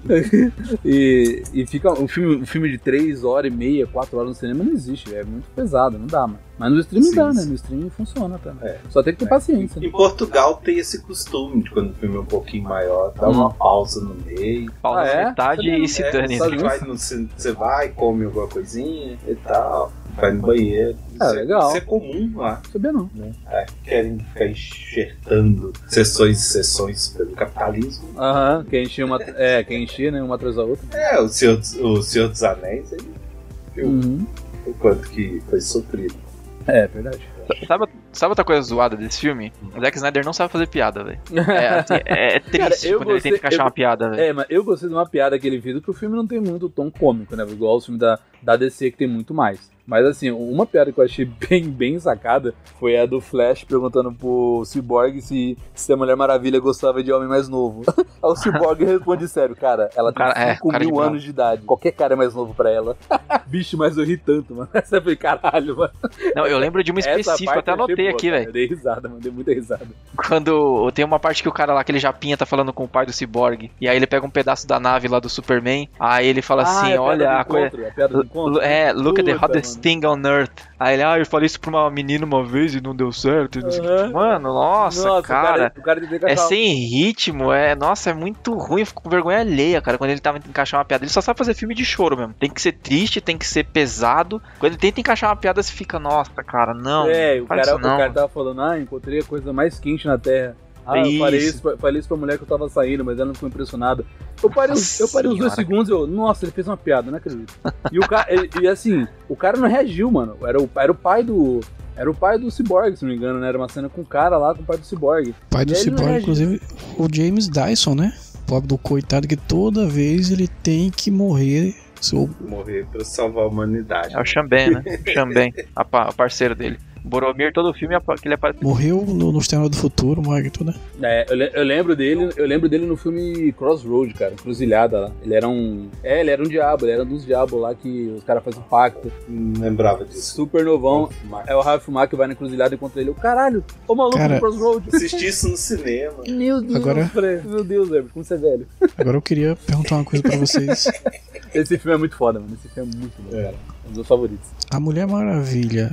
Speaker 3: e, e fica um filme, um filme de três horas e meia, quatro horas no cinema não existe, é muito pesado, não dá, mano. Mas no streaming
Speaker 2: Sim,
Speaker 3: dá, né?
Speaker 2: sim.
Speaker 3: No streaming funciona, tá?
Speaker 2: É.
Speaker 3: Só tem que ter
Speaker 2: É.
Speaker 3: paciência.
Speaker 2: Em Portugal tem esse costume de quando o filme é um pouquinho maior, dá uma
Speaker 3: Hum.
Speaker 2: pausa no meio.
Speaker 5: Pausa
Speaker 3: Ah, é?
Speaker 5: na metade
Speaker 3: Sabia não.
Speaker 5: e se
Speaker 2: É,
Speaker 5: dane.
Speaker 2: você, vai no, você vai, come alguma coisinha e tal, vai no banheiro.
Speaker 3: Ah,
Speaker 2: isso,
Speaker 3: legal.
Speaker 2: Isso é comum lá.
Speaker 3: Não sabia não.
Speaker 2: Né? É, querem ficar enxertando sessões e sessões pelo capitalismo.
Speaker 3: Aham, quem enchia uma. É, quem enchia, né? Uma atrás da outra.
Speaker 2: É, o Senhor, dos- o Senhor dos Anéis, aí, viu
Speaker 3: Uhum.
Speaker 2: o quanto que foi sofrido.
Speaker 3: É, verdade.
Speaker 5: Sabe, sabe outra coisa zoada desse filme? O Zack Snyder não sabe fazer piada, velho. É, assim, é, é triste
Speaker 3: Cara, eu
Speaker 5: quando ele
Speaker 3: gostei-
Speaker 5: tenta encaixar
Speaker 3: eu-
Speaker 5: uma piada, velho.
Speaker 3: É, mas eu gostei de uma piada que ele fez, porque o filme não tem muito tom cômico, né? Igual o filme da, da D C, que tem muito mais. Mas assim, uma piada que eu achei bem, bem sacada foi a do Flash perguntando pro Cyborg se, se a Mulher Maravilha gostava de homem mais novo. Aí o Cyborg responde sério, cara, ela tem
Speaker 5: Cara, é,
Speaker 3: cinco
Speaker 5: cara de
Speaker 3: mil
Speaker 5: bravo.
Speaker 3: anos de idade. Qualquer cara é mais novo pra ela. Bicho, mas eu ri tanto, mano. Você foi caralho, mano.
Speaker 5: Não, eu lembro de uma
Speaker 3: Essa
Speaker 5: específica, eu
Speaker 3: parte
Speaker 5: até
Speaker 3: eu achei
Speaker 5: anotei
Speaker 3: boa,
Speaker 5: aqui,
Speaker 3: cara.
Speaker 5: velho.
Speaker 3: Eu dei risada, mano. Dei muita risada.
Speaker 5: Quando tem uma parte que o cara lá, aquele japinha, tá falando com o pai do Cyborg. E aí ele pega um pedaço da nave lá do Superman. Aí ele fala
Speaker 3: Ah,
Speaker 5: assim,
Speaker 3: é a piada
Speaker 5: olha
Speaker 3: do
Speaker 5: a coisa.
Speaker 3: encontro, a piada do encontro.
Speaker 5: É, look at the
Speaker 3: Puta,
Speaker 5: hottest
Speaker 3: mano.
Speaker 5: thing on earth. Aí ele, ah, eu falei isso pra uma menina uma vez e não deu certo. e não sei o que.
Speaker 3: Aham.
Speaker 5: Mano, nossa,
Speaker 3: o
Speaker 5: cara.
Speaker 3: o cara tem que
Speaker 5: É
Speaker 3: achar-
Speaker 5: sem ritmo, é. Nossa, é muito ruim. Eu fico com vergonha alheia, cara. Quando ele tava tentando encaixar uma piada. Ele só sabe fazer filme de choro mesmo. Tem que ser triste, tem que ser pesado. Quando ele tenta encaixar uma piada, você fica, nossa, cara, não.
Speaker 3: É, o
Speaker 5: faz
Speaker 3: cara,
Speaker 5: isso não.
Speaker 3: o cara tava falando, ah, encontrei a coisa mais quente na Terra. Ah, eu
Speaker 5: Isso.
Speaker 3: falei isso, pra- falei isso pra mulher que eu tava saindo, mas ela não ficou impressionada. Eu parei, os-
Speaker 5: Nossa
Speaker 3: eu parei os dois
Speaker 5: senhora.
Speaker 3: segundos e eu, nossa, ele fez uma piada, não acredito. E o cara, e, e assim, o cara não reagiu, mano. Era o, era o pai do. Era o pai do Cyborg, se não me engano, né? Era uma cena com o cara lá, com o pai do Cyborg.
Speaker 4: Pai do
Speaker 3: E ele não
Speaker 4: Cyborg,
Speaker 3: reagiu.
Speaker 4: inclusive, o James Dyson, né? Pobre do coitado que toda vez ele tem que morrer. Seu...
Speaker 2: Morrer pra salvar a humanidade.
Speaker 5: É o Xambém, né? O Xambém, a pa- o parceiro dele. Boromir, todo o filme, apa- que ele aparece.
Speaker 4: Morreu no, no Exterminador do Futuro, Magneto, né?
Speaker 3: É, eu, le- eu lembro dele, eu lembro dele no filme Crossroad, cara, Encruzilhada lá. Ele era um. É, ele era um diabo, ele era um dos diabos lá que os caras fazem um pacto.
Speaker 2: Não lembrava disso.
Speaker 3: Super novão.
Speaker 2: Mas
Speaker 3: É o Ralph Mack que vai na encruzilhada e encontra ele. Eu, caralho, ô maluco
Speaker 4: Cara-
Speaker 3: do Crossroad.
Speaker 2: assisti isso no cinema.
Speaker 3: Meu Deus,
Speaker 4: Agora-
Speaker 3: Fred. Meu Deus, Herbert, como você é velho.
Speaker 4: Agora eu queria perguntar uma coisa pra vocês.
Speaker 3: Esse filme é muito foda, mano. Esse filme é muito bom,
Speaker 2: É.
Speaker 3: cara. É um dos meus favoritos.
Speaker 4: A Mulher Maravilha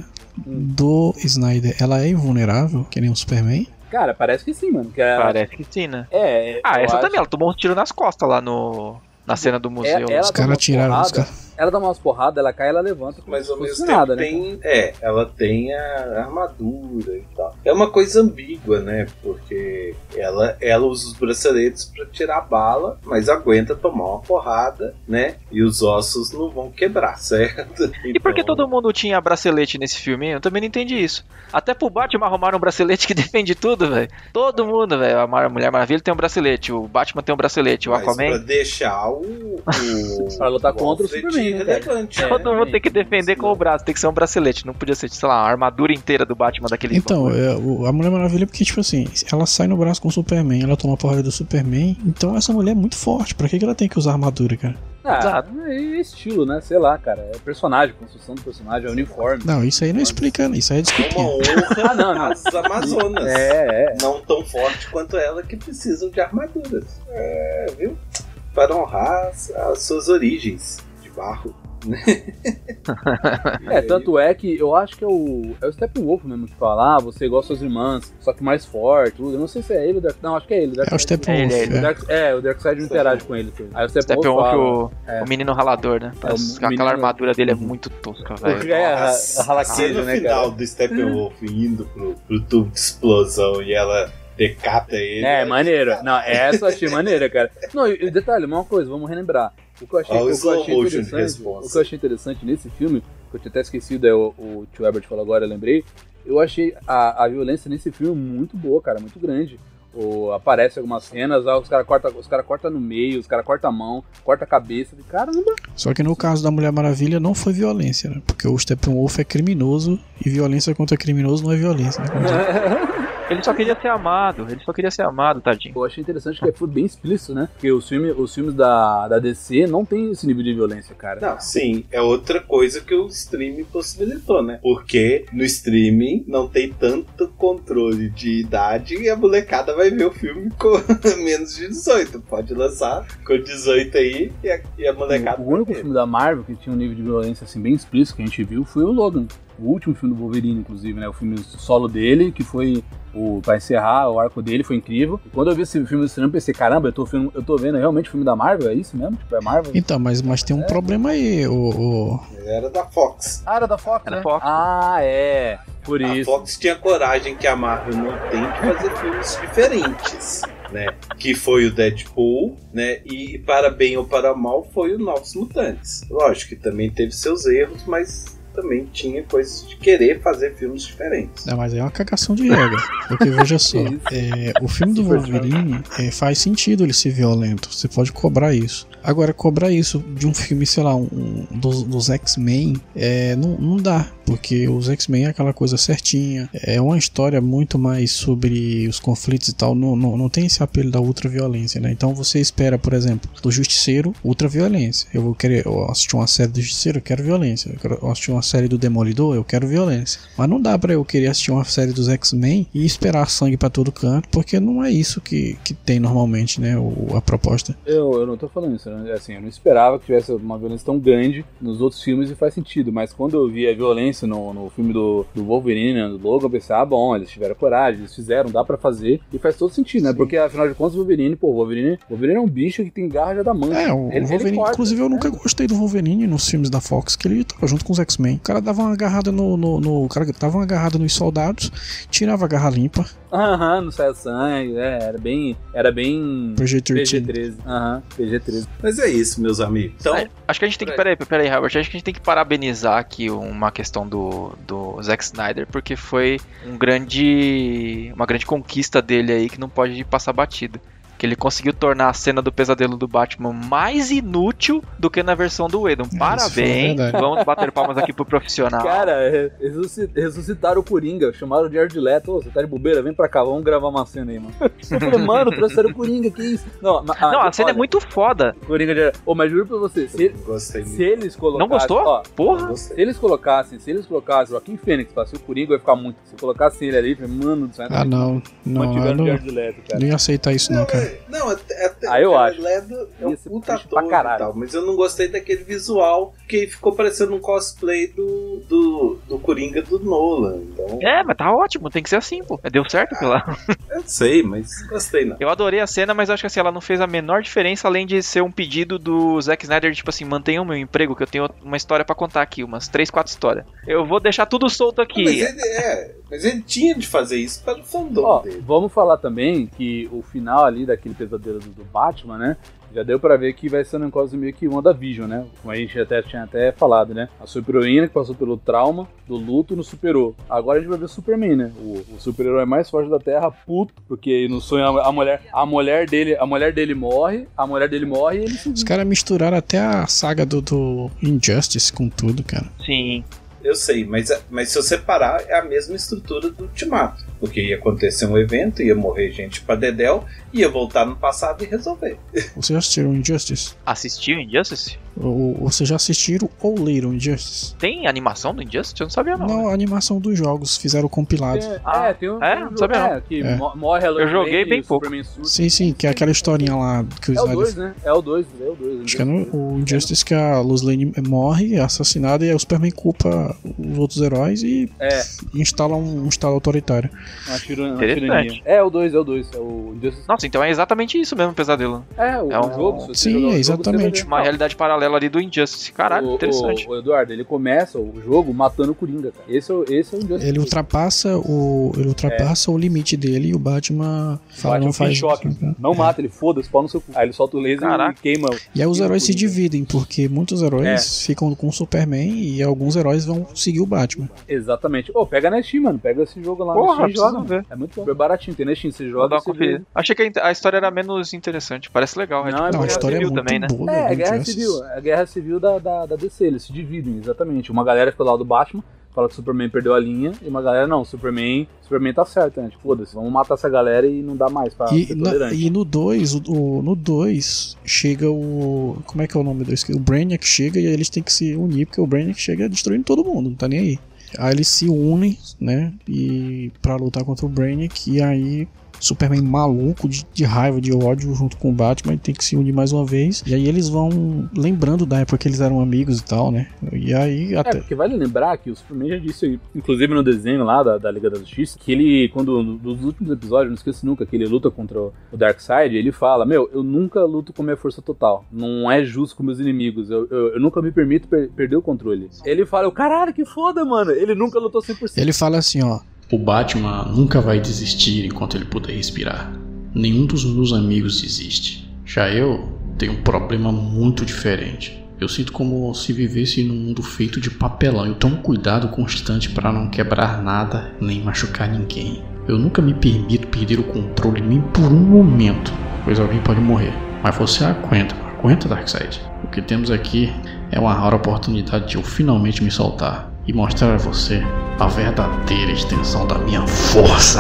Speaker 4: do Snyder, ela é invulnerável, que nem o Superman?
Speaker 3: Cara, parece que sim, mano. Que é,
Speaker 5: Parece que sim, né?
Speaker 3: é,
Speaker 5: Ah,
Speaker 3: eu
Speaker 5: essa
Speaker 3: acho-
Speaker 5: também, ela tomou um tiro nas costas lá no. Na cena do museu.
Speaker 3: ela
Speaker 4: Os
Speaker 3: dá
Speaker 4: caras
Speaker 3: umas
Speaker 4: tiraram os
Speaker 3: porrada,
Speaker 4: caras.
Speaker 3: Ela dá umas porradas, ela cai, ela levanta. como
Speaker 2: Mas
Speaker 3: se
Speaker 2: ao
Speaker 3: fosse
Speaker 2: mesmo tempo
Speaker 3: nada, né?
Speaker 2: tem. É, ela tem a armadura e tal. É uma coisa ambígua, né? Porque ela, ela usa os braceletes pra tirar bala, mas aguenta tomar uma porrada, né? E os ossos não vão quebrar, certo?
Speaker 5: E por que
Speaker 2: Então,
Speaker 5: todo mundo tinha bracelete nesse filme? Eu também não entendi isso. Até pro Batman arrumaram um bracelete que defende tudo, velho. Todo mundo, velho. A Mar- Mulher Maravilha tem um bracelete, o Batman tem um bracelete, o
Speaker 2: mas pra
Speaker 5: Aquaman.
Speaker 2: deixar o. o
Speaker 3: Pra lutar contra o
Speaker 2: Alfred
Speaker 3: Superman, né, cara?
Speaker 2: relevante.
Speaker 3: É,
Speaker 5: Todo mundo tem que defender com o braço, tem que ser um bracelete. Não podia ser, sei lá, a armadura inteira do Batman daquele.
Speaker 4: Então, é, o- a Mulher Maravilha, porque, tipo assim, ela sai no braço com o Superman, ela toma a porrada do Superman, então essa mulher é muito forte. Pra que, que ela tem que usar armadura, cara?
Speaker 3: Ah,
Speaker 5: Exato.
Speaker 3: é estilo, né? Sei lá, cara. É personagem, construção do personagem, é uniforme.
Speaker 4: Não, isso aí não explica, isso aí é
Speaker 2: É uma
Speaker 4: desculpinha.
Speaker 2: honra
Speaker 3: Ah, não, não.
Speaker 2: às Amazonas.
Speaker 3: É, é.
Speaker 2: Não tão forte quanto ela que precisam de armaduras. É, viu? Para honrar as, as suas origens de barro.
Speaker 3: É, tanto é que eu acho que é o, é o Steppenwolf mesmo que fala, ah, você igual suas irmãs, só que mais forte, tudo. Eu não sei se é ele, o Dark... não, acho que é ele. O
Speaker 4: É o Steppenwolf.
Speaker 5: É ele,
Speaker 3: O Dark... É, o Darkseid não interage com ele. Aí o Steppenwolf
Speaker 5: Steppenwolf,
Speaker 3: fala,
Speaker 5: o,
Speaker 3: é.
Speaker 5: o menino ralador, né?
Speaker 3: É, o
Speaker 5: Aquela
Speaker 3: menino-
Speaker 5: armadura dele é muito tosca, velho.
Speaker 3: É, a, a
Speaker 2: A cena
Speaker 3: ralaqueja, né,
Speaker 2: final
Speaker 3: cara?
Speaker 2: do Steppenwolf indo pro, pro tubo de explosão e ela decata ele.
Speaker 3: É, maneiro. Não, essa eu achei maneira, cara. Não, e e detalhe, uma coisa, vamos relembrar. O que eu achei,
Speaker 2: Ó, o
Speaker 3: o que eu
Speaker 2: slow
Speaker 3: achei
Speaker 2: motion
Speaker 3: interessante,
Speaker 2: response.
Speaker 3: o que eu achei interessante nesse filme, que eu tinha até esquecido, é o, o tio Herbert falou agora, eu lembrei, eu achei a, a violência nesse filme muito boa, cara, muito grande. O, aparece algumas cenas, ah, os caras cortam os cara corta no meio, os caras cortam a mão, corta a cabeça, de caramba.
Speaker 4: Só que no caso da Mulher Maravilha não foi violência, né? Porque o Steppenwolf é criminoso e violência contra criminoso não é violência, né? Como diz.
Speaker 5: Ele só queria ser amado, ele só queria ser amado, tadinho.
Speaker 3: Eu achei interessante que foi bem explícito, né? Porque os filmes, os filmes da, da D C não tem esse nível de violência, cara.
Speaker 2: Não, sim, é outra coisa que o streaming possibilitou, né? Porque no streaming não tem tanto controle de idade e a molecada vai ver o filme com menos de dezoito. Pode lançar com dezoito aí e a, e a molecada.
Speaker 3: O único
Speaker 2: vai ver.
Speaker 3: filme da Marvel que tinha um nível de violência assim bem explícito que a gente viu foi o Logan. O último filme do Wolverine, inclusive, né? O filme solo dele, que foi o pra encerrar o arco dele, foi incrível. E quando eu vi esse filme do cinema, eu pensei, caramba, eu tô, filme, eu tô vendo realmente o filme da Marvel? É isso mesmo? Tipo, é Marvel?
Speaker 4: Então, mas, mas tem um problema aí, o, o...
Speaker 2: Ele era da Fox.
Speaker 3: Ah, era da Fox,
Speaker 5: Era
Speaker 3: né?
Speaker 5: Fox.
Speaker 3: Ah, é. Por
Speaker 2: A
Speaker 3: isso.
Speaker 2: Fox tinha coragem que a Marvel não tem de fazer filmes diferentes, né? Que foi o Deadpool, né? E para bem ou para mal foi o Novos Mutantes. Lógico que também teve seus erros, mas também tinha coisas de querer fazer filmes diferentes.
Speaker 4: Não, mas é uma cagação de regra. Porque veja só, é, o filme do Wolverine é, faz sentido ele ser violento. Você pode cobrar isso. Agora, cobrar isso de um filme, sei lá, um, dos, dos X-Men, é, não, não dá. Porque os X-Men é aquela coisa certinha. É uma história muito mais sobre os conflitos e tal. Não, não, não tem esse apelo da ultraviolência, né? Então você espera, por exemplo, do Justiceiro, ultraviolência. Eu vou querer eu assistir uma série do Justiceiro, eu quero violência. Eu quero assistir uma série do Demolidor, eu quero violência. Mas não dá pra eu querer assistir uma série dos X-Men e esperar sangue pra todo canto, porque não é isso que, que tem normalmente, né? O, a proposta.
Speaker 3: Eu, eu não tô falando isso, né? Assim, eu não esperava que tivesse uma violência tão grande nos outros filmes e faz sentido, mas quando eu vi a violência no, no filme do, do Wolverine, né, do Logan, eu pensei, ah, bom, eles tiveram coragem, eles fizeram, dá pra fazer, e faz todo sentido, né? Porque afinal de contas o Wolverine, pô, o Wolverine, Wolverine é um bicho que tem garra já da manga.
Speaker 4: É, o,
Speaker 3: Ele-
Speaker 4: o Wolverine,
Speaker 3: ele corta,
Speaker 4: inclusive eu
Speaker 3: né?
Speaker 4: nunca gostei do Wolverine nos filmes da Fox, que ele tava junto com os X-Men. O cara dava uma agarrada no, no, no o cara dava uma agarrada nos soldados, tirava a garra limpa.
Speaker 3: Aham, não sai sangue, é, era bem, era bem
Speaker 4: P G
Speaker 3: P G
Speaker 4: treze.
Speaker 3: treze, aham, P G treze.
Speaker 2: Mas é isso, meus amigos. Então,
Speaker 5: É, acho que a gente tem que. Peraí, peraí, Robert. Acho que a gente tem que parabenizar aqui uma questão do, do Zack Snyder, porque foi um grande. Uma grande conquista dele aí que não pode passar batido. Que ele conseguiu tornar a cena do pesadelo do Batman mais inútil do que na versão do Whedon.
Speaker 4: isso foi
Speaker 5: Parabéns.
Speaker 4: verdade.
Speaker 5: Vamos bater palmas aqui pro profissional.
Speaker 3: Cara, re- ressusci- ressuscitaram o Coringa, chamaram o Jared Leto, ô, você tá de bobeira, vem pra cá, vamos gravar uma cena aí, mano. Eu falei, mano, trouxeram o Coringa, que isso? Não, ma-
Speaker 5: Não, a cena
Speaker 3: olha,
Speaker 5: é muito foda.
Speaker 3: Coringa de... Ô, mas juro pra você, se,
Speaker 2: gostei muito.
Speaker 3: se eles colocassem...
Speaker 5: Não gostou?
Speaker 3: Ó,
Speaker 5: Porra.
Speaker 2: Gostei.
Speaker 3: se eles colocassem, se eles colocassem o Joaquim Fênix pra ser o Coringa, ia ficar muito. Se colocassem ele ali, eu falei, mano do céu,
Speaker 4: Ah, não. Não, eu
Speaker 3: mantiveram
Speaker 4: não,
Speaker 3: o Jared Leto, cara.
Speaker 4: não ia aceitar isso não, cara.
Speaker 2: é- Não, até, até
Speaker 3: Ah, eu
Speaker 2: o
Speaker 3: acho.
Speaker 2: Ledo é um
Speaker 3: Ia ser
Speaker 2: puta
Speaker 3: triste pra
Speaker 2: ator
Speaker 3: caralho.
Speaker 2: e tal, mas eu não gostei daquele visual que ficou parecendo um cosplay do, do, do Coringa do Nolan. Então,
Speaker 5: É, mas tá ótimo, tem que ser assim, pô. Deu certo pela.
Speaker 2: eu sei, mas gostei não.
Speaker 5: Eu adorei a cena, mas acho que assim, ela não fez a menor diferença, além de ser um pedido do Zack Snyder, tipo assim, mantenha o meu emprego, que eu tenho uma história pra contar aqui, umas três, quatro histórias. Eu vou deixar tudo solto aqui.
Speaker 2: Mas ele, é, mas ele tinha de fazer isso para o fandom
Speaker 3: Ó,
Speaker 2: dele.
Speaker 3: vamos falar também que o final ali daquele pesadelo do, do Batman, né? Já deu pra ver que vai ser um negócio meio que WandaVision, né? Como a gente até tinha até falado, né? A super-heroína que passou pelo trauma do luto não superou. Agora a gente vai ver o Superman, né? O, o super-herói mais forte da Terra, puto, porque no sonho a, a mulher, a mulher dele, a mulher dele morre, a mulher dele morre e ele se
Speaker 4: Os caras misturaram até a saga do, do Injustice com tudo, cara.
Speaker 5: Sim.
Speaker 2: eu sei, mas, mas se você parar, é a mesma estrutura do Ultimato. Porque ia acontecer um evento, ia morrer gente pra dedéu, ia voltar no passado e resolver.
Speaker 4: Vocês já assistiram Injustice?
Speaker 5: Assistiu Injustice?
Speaker 4: Ou vocês já assistiram ou leram Injustice?
Speaker 5: Tem animação do Injustice? Eu não sabia não.
Speaker 4: Não,
Speaker 5: né?
Speaker 4: a animação dos jogos, fizeram compilado.
Speaker 3: É,
Speaker 5: Ah,
Speaker 3: é, tem um.
Speaker 5: é?
Speaker 3: tem um
Speaker 5: Não sabia
Speaker 3: é,
Speaker 5: não.
Speaker 3: que
Speaker 4: É.
Speaker 3: mo- morre a Lois
Speaker 5: Eu joguei
Speaker 3: Lane
Speaker 5: bem
Speaker 3: e o
Speaker 5: pouco.
Speaker 3: Superman surge.
Speaker 4: Sim, sim, que é aquela historinha lá que o
Speaker 3: É o
Speaker 4: Snyder...
Speaker 3: dois, né? É o dois, é o dois.
Speaker 4: Acho que é no o Injustice que a Lois Lane morre, é assassinada, e aí o Superman culpa os outros heróis e
Speaker 3: É,
Speaker 4: instala um, um estado autoritário.
Speaker 3: uma, tira, uma
Speaker 5: Interessante.
Speaker 3: tirania. É o dois, é o dois. É o Injustice.
Speaker 5: Nossa, então é exatamente isso mesmo, pesadelo.
Speaker 3: É, o,
Speaker 5: É um-
Speaker 3: o jogo. se você
Speaker 4: Sim,
Speaker 3: jogar o
Speaker 4: é
Speaker 3: jogo,
Speaker 4: exatamente.
Speaker 3: você vai ver.
Speaker 5: Uma realidade paralela ali do Injustice. Caralho,
Speaker 3: o,
Speaker 5: interessante.
Speaker 3: O, o Eduardo, ele começa o jogo matando o Coringa, cara. Esse é o, esse é o Injustice.
Speaker 4: Ele ultrapassa o ele ultrapassa o limite dele e o Batman fala,
Speaker 3: Bate
Speaker 4: não
Speaker 3: um
Speaker 4: faz
Speaker 3: choque.
Speaker 4: isso, né?
Speaker 3: Não mata, ele foda-se, pau no seu cu. Aí ele solta o laser
Speaker 5: Caraca.
Speaker 3: e queima.
Speaker 4: E aí os
Speaker 3: queima
Speaker 4: heróis
Speaker 3: o
Speaker 4: se
Speaker 3: Coringa.
Speaker 4: dividem, porque muitos heróis ficam com o Superman e alguns heróis vão seguir o Batman.
Speaker 3: Exatamente. Ô, pega na Steam, mano. Pega esse jogo lá
Speaker 5: Porra,
Speaker 3: na Steam e
Speaker 5: preciso
Speaker 3: joga.
Speaker 5: ver.
Speaker 3: É muito bom. Super baratinho, tem na Steam. Você
Speaker 5: Vou
Speaker 3: joga
Speaker 5: dar uma
Speaker 3: e você
Speaker 5: conferida.
Speaker 3: vê.
Speaker 5: Achei que a história era menos interessante. Parece legal.
Speaker 3: Não,
Speaker 5: tipo
Speaker 3: é
Speaker 4: Não, a
Speaker 3: Guerra
Speaker 4: história é
Speaker 5: Civil
Speaker 4: muito
Speaker 5: também, né?
Speaker 4: boa.
Speaker 3: É,
Speaker 4: do
Speaker 3: a Guerra
Speaker 4: Injustice.
Speaker 3: Civil. É a Guerra Civil da, da, da D C. Eles se dividem, exatamente. Uma galera fica do lado do Batman, fala que o Superman perdeu a linha, e uma galera não, o Superman, Superman tá certo, né? Tipo, foda-se, vamos matar essa galera e não dá mais pra
Speaker 4: E,
Speaker 3: ser
Speaker 4: na-
Speaker 3: tolerante.
Speaker 4: e no dois, o, o- no dois chega o. Como é que é o nome do O Brainiac chega e aí eles têm que se unir, porque o Brainiac chega destruindo todo mundo, não tá nem aí. Aí eles se unem, né? E pra lutar contra o Brainiac, e aí Superman maluco de, de raiva, de ódio junto com o Batman, e tem que se unir mais uma vez. E aí eles vão lembrando da época que eles eram amigos e tal, né? E aí
Speaker 3: É,
Speaker 4: até.
Speaker 3: porque vale lembrar que o Superman já disse, inclusive no desenho lá da, da Liga da Justiça, que ele, quando, nos últimos episódios, não esqueço nunca, que ele luta contra o Darkseid, ele fala, meu, eu nunca luto com minha força total, não é justo com meus inimigos, eu, eu, eu nunca me permito per- perder o controle. Ele fala, caralho, que foda, mano, ele nunca lutou cem por cento.
Speaker 4: Ele fala assim, ó.
Speaker 7: O Batman nunca vai desistir enquanto ele puder respirar. Nenhum dos meus amigos desiste. Já eu tenho um problema muito diferente. Eu sinto como se vivesse num mundo feito de papelão. Eu tomo um cuidado constante para não quebrar nada nem machucar ninguém. Eu nunca me permito perder o controle nem por um momento, pois alguém pode morrer. Mas você aguenta, aguenta, Darkseid. O que temos aqui é uma rara oportunidade de eu finalmente me soltar e mostrar a você a verdadeira extensão da minha força.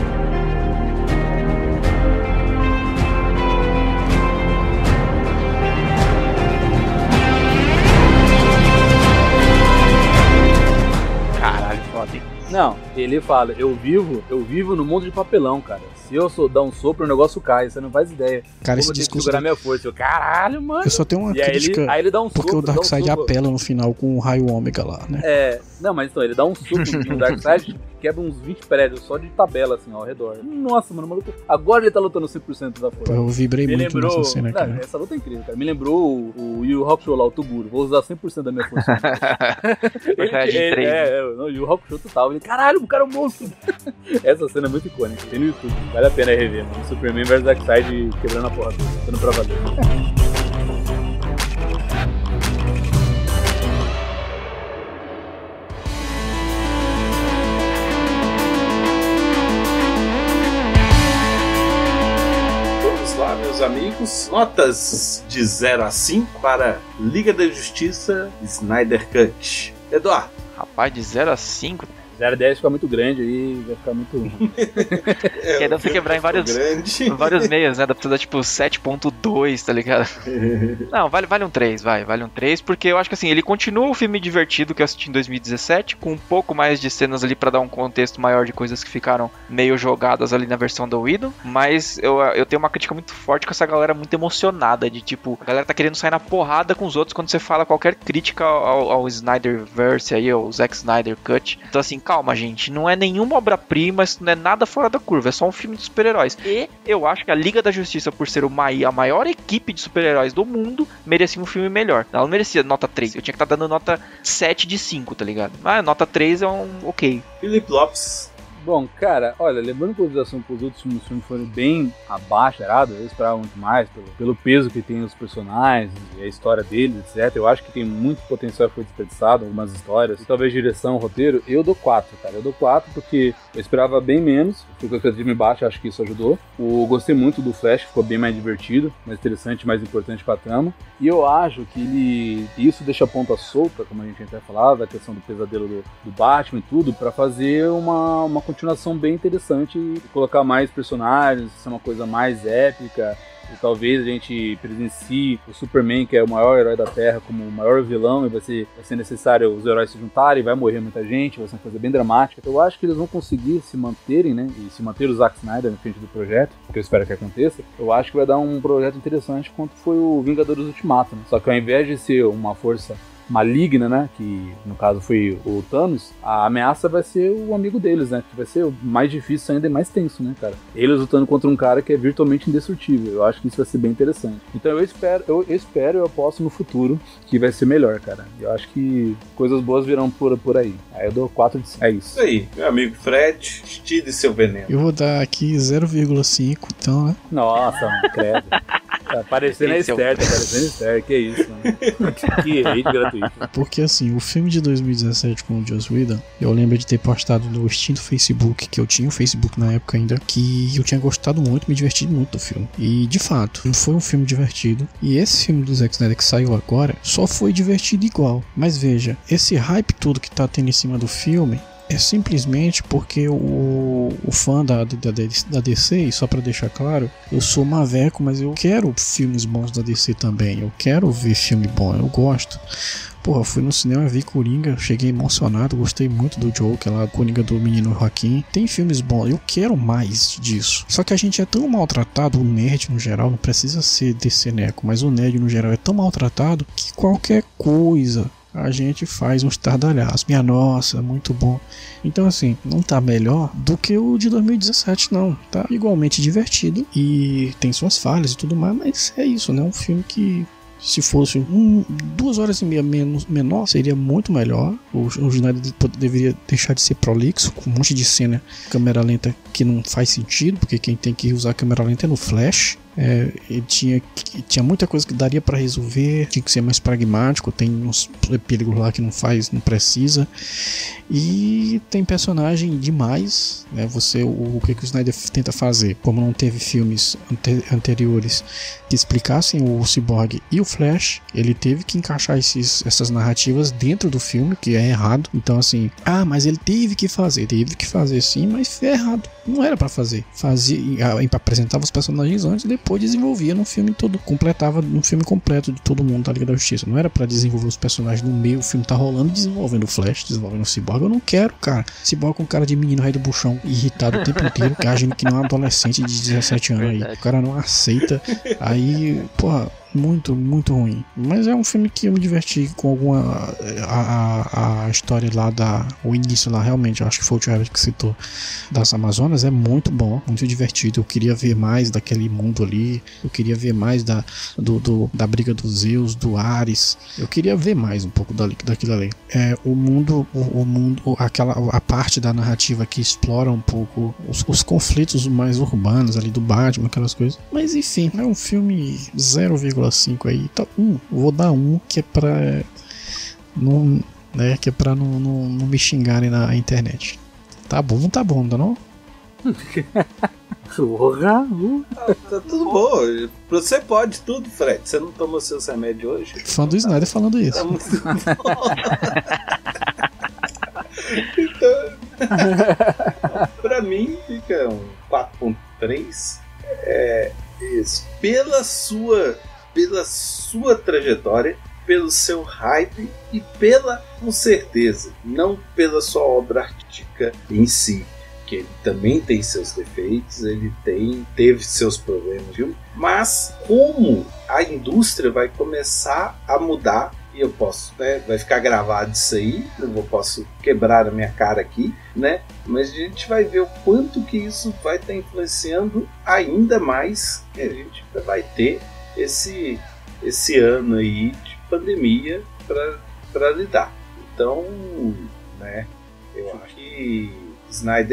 Speaker 5: Caralho, foda, hein?
Speaker 3: Não, ele fala, eu vivo, eu vivo no mundo de papelão, cara. Se eu sou, dar um sopro, o negócio cai, você não faz ideia.
Speaker 4: Cara,
Speaker 3: Como
Speaker 4: esse
Speaker 3: eu tenho que
Speaker 4: discurso.
Speaker 3: segurar minha força. Eu, caralho, mano.
Speaker 4: Eu só tenho uma
Speaker 3: E aí
Speaker 4: crítica.
Speaker 3: ele, aí ele dá um
Speaker 4: Porque
Speaker 3: sopro,
Speaker 4: o
Speaker 3: dá um
Speaker 4: Darkseid
Speaker 3: sopro.
Speaker 4: apela no final com o raio ômega lá, né?
Speaker 3: É, não, mas então, ele dá um suco no Darkseid, quebra uns vinte prédios só de tabela, assim, ao redor. Nossa, mano, maluco. Agora ele tá lutando cem por cento da força.
Speaker 4: Eu vibrei
Speaker 3: Me
Speaker 4: muito
Speaker 3: lembrou.
Speaker 4: nessa cena,
Speaker 3: Não,
Speaker 4: cara.
Speaker 3: essa luta é incrível, cara. Me lembrou o, o Yu Yu Hakusho lá, o Toguro. Vou usar cem por cento da minha força. ele,
Speaker 5: Personagem
Speaker 3: ele,
Speaker 5: três,
Speaker 3: é, é, não, o Yu Yu Hakusho total. Ele, caralho, o cara é um monstro. Essa cena é muito icônica. Tem no YouTube. Vale a pena rever, mano. Superman versus Darkseid quebrando a porra toda. Dando pra valer.
Speaker 2: Vamos lá, meus amigos. Notas de zero a cinco para Liga da Justiça Snyder Cut. Eduardo.
Speaker 5: Rapaz, de zero a cinco.
Speaker 3: zero a dez fica muito grande aí, vai ficar muito.
Speaker 2: É,
Speaker 5: Que aí dá pra você quebrar em vários,
Speaker 2: grande.
Speaker 5: vários meios, né? Dá pra você dar tipo sete ponto dois, tá ligado? Não, vale, vale um três, vai, vale um três, porque eu acho que assim, ele continua o filme divertido que eu assisti em dois mil e dezessete, com um pouco mais de cenas ali pra dar um contexto maior de coisas que ficaram meio jogadas ali na versão do Whedon, mas eu, eu tenho uma crítica muito forte com essa galera muito emocionada, de tipo, a galera tá querendo sair na porrada com os outros quando você fala qualquer crítica ao, ao Snyderverse aí, ao Zack Snyder Cut. Então assim, calma, gente, não é nenhuma obra-prima, isso não é nada fora da curva, é só um filme de super-heróis. E eu acho que a Liga da Justiça, por ser uma, a maior equipe de super-heróis do mundo, merecia um filme melhor. Ela não merecia nota três, eu tinha que estar dando nota sete de cinco, tá ligado? Ah, nota três é um ok.
Speaker 2: Felipe Lopes.
Speaker 3: Bom, cara, olha, levando em consideração que os outros filmes, filmes foram bem abaixo, eu esperava muito mais pelo, pelo peso que tem os personagens e a história deles, etcétera. Eu acho que tem muito potencial que foi desperdiçado, algumas histórias, e talvez direção, roteiro. Eu dou quatro, cara. Eu dou quatro porque eu esperava bem menos, fui com a expectativa baixa, acho que isso ajudou. Eu gostei muito do Flash, ficou bem mais divertido, mais interessante, mais importante pra trama. E eu acho que ele isso deixa a ponta solta, como a gente até falava, a questão do pesadelo do, do Batman e tudo, pra fazer uma, uma continuação bem interessante e colocar mais personagens, ser uma coisa mais épica. E talvez a gente presencie o Superman, que é o maior herói da Terra, como o maior vilão, e vai ser, vai ser necessário os heróis se juntarem, vai morrer muita gente, vai ser uma coisa bem dramática. Eu acho que eles vão conseguir se manterem, né, e se manter o Zack Snyder na frente do projeto, que eu espero que aconteça. Eu acho que vai dar um projeto interessante quanto foi o Vingadores Ultimato, né? Só que ao invés de ser uma força maligna, né, que no caso foi o Thanos, a ameaça vai ser o amigo deles, né, que vai ser mais difícil ainda e mais tenso, né, cara. Eles lutando contra um cara que é virtualmente indestrutível. Eu acho que isso vai ser bem interessante. Então eu espero, eu, eu espero, eu aposto no futuro que vai ser melhor, cara. Eu acho que coisas boas virão por, por aí. Aí eu dou quatro de cinco. É isso.
Speaker 2: Isso aí, meu amigo Fred, estire seu veneno.
Speaker 4: Eu vou dar aqui zero vírgula cinco, então, né?
Speaker 3: Nossa, mano, credo. Tá parecendo a Esther, tá parecendo a Esther, que isso, mano. Que hate gratuito.
Speaker 4: Porque assim, o filme de dois mil e dezessete com o Joss Whedon, eu lembro de ter postado no extinto Facebook, que eu tinha o Facebook na época ainda, que eu tinha gostado muito, me diverti muito do filme. E de fato, foi um filme divertido. E esse filme do Zack Snyder que saiu agora, só foi divertido igual. Mas veja, esse hype todo que tá tendo em cima do filme é simplesmente porque o, o fã da, da, da D C, e só pra deixar claro, eu sou maveco, mas eu quero filmes bons da D C também. Eu quero ver filme bom, eu gosto. Porra, fui no cinema, vi Coringa, cheguei emocionado, gostei muito do Joker lá, Coringa do menino Joaquim. Tem filmes bons, eu quero mais disso. Só que a gente é tão maltratado, o nerd no geral, não precisa ser D C neco, mas o nerd no geral é tão maltratado que qualquer coisa a gente faz um estardalhaço. Minha nossa, muito bom. Então assim, não tá melhor do que o de dois mil e dezessete, não. Tá igualmente divertido e tem suas falhas e tudo mais, mas é isso, né? Um filme que, se fosse um, duas horas e meia menos, menor, seria muito melhor. O, o Snyder deveria deixar de ser prolixo, com um monte de cena, câmera lenta que não faz sentido, porque quem tem que usar câmera lenta é no Flash. É, ele tinha, tinha muita coisa que daria pra resolver, tinha que ser mais pragmático, tem uns epílogos lá que não faz, não precisa, e tem personagem demais, né? Você, o, o que, que o Snyder tenta fazer, como não teve filmes ante, anteriores que explicassem o Cyborg e o Flash, ele teve que encaixar esses, essas narrativas dentro do filme, que é errado. Então assim, ah, mas ele teve que fazer, teve que fazer sim, mas é errado, não era pra fazer, fazia, apresentava os personagens antes e depois desenvolvia no filme todo, completava no filme completo de todo mundo da Liga da Justiça. Não era pra desenvolver os personagens no meio, o filme tá rolando, desenvolvendo o Flash, desenvolvendo o Cyborg. Eu não quero, cara. Cyborg com cara de menino rei do buchão, irritado o tempo inteiro, que agindo que não é um adolescente de dezessete anos aí. O cara não aceita. Aí, porra, muito, muito ruim. Mas é um filme que eu me diverti com alguma... A, a, a história lá da... O início lá, realmente, eu acho que foi o Tio Herbert que citou, das Amazonas, é muito bom, muito divertido. Eu queria ver mais daquele mundo ali. Eu queria ver mais da, do, do, da briga dos Zeus, do Ares. Eu queria ver mais um pouco dali, daquilo ali. É, o mundo, o, o mundo, aquela, a parte da narrativa que explora um pouco os, os conflitos mais urbanos ali do Batman, aquelas coisas. Mas enfim, é um filme zero vírgula cinco aí, tá, um, vou dar um que é pra não, né, que é pra não, não, não me xingarem na internet. Tá bom, tá bom, não? não?
Speaker 3: Porra, uh.
Speaker 2: tá, tá tudo bom. Você pode tudo, Fred. Você não tomou seus remédios hoje?
Speaker 4: Fã do Snyder falando isso.
Speaker 2: Tá muito bom. Então, pra mim fica um quatro ponto três. É isso. Pela sua pela sua trajetória, pelo seu hype e pela, com certeza, não pela sua obra artística em si, que ele também tem seus defeitos, ele tem, teve seus problemas, viu? Mas como a indústria vai começar a mudar, e eu posso, né, vai ficar gravado isso aí, eu vou, posso quebrar a minha cara aqui, né? Mas a gente vai ver o quanto que isso vai estar influenciando ainda mais, que a gente vai ter esse, esse ano aí de pandemia para lidar. Então, né, eu acho que Snyder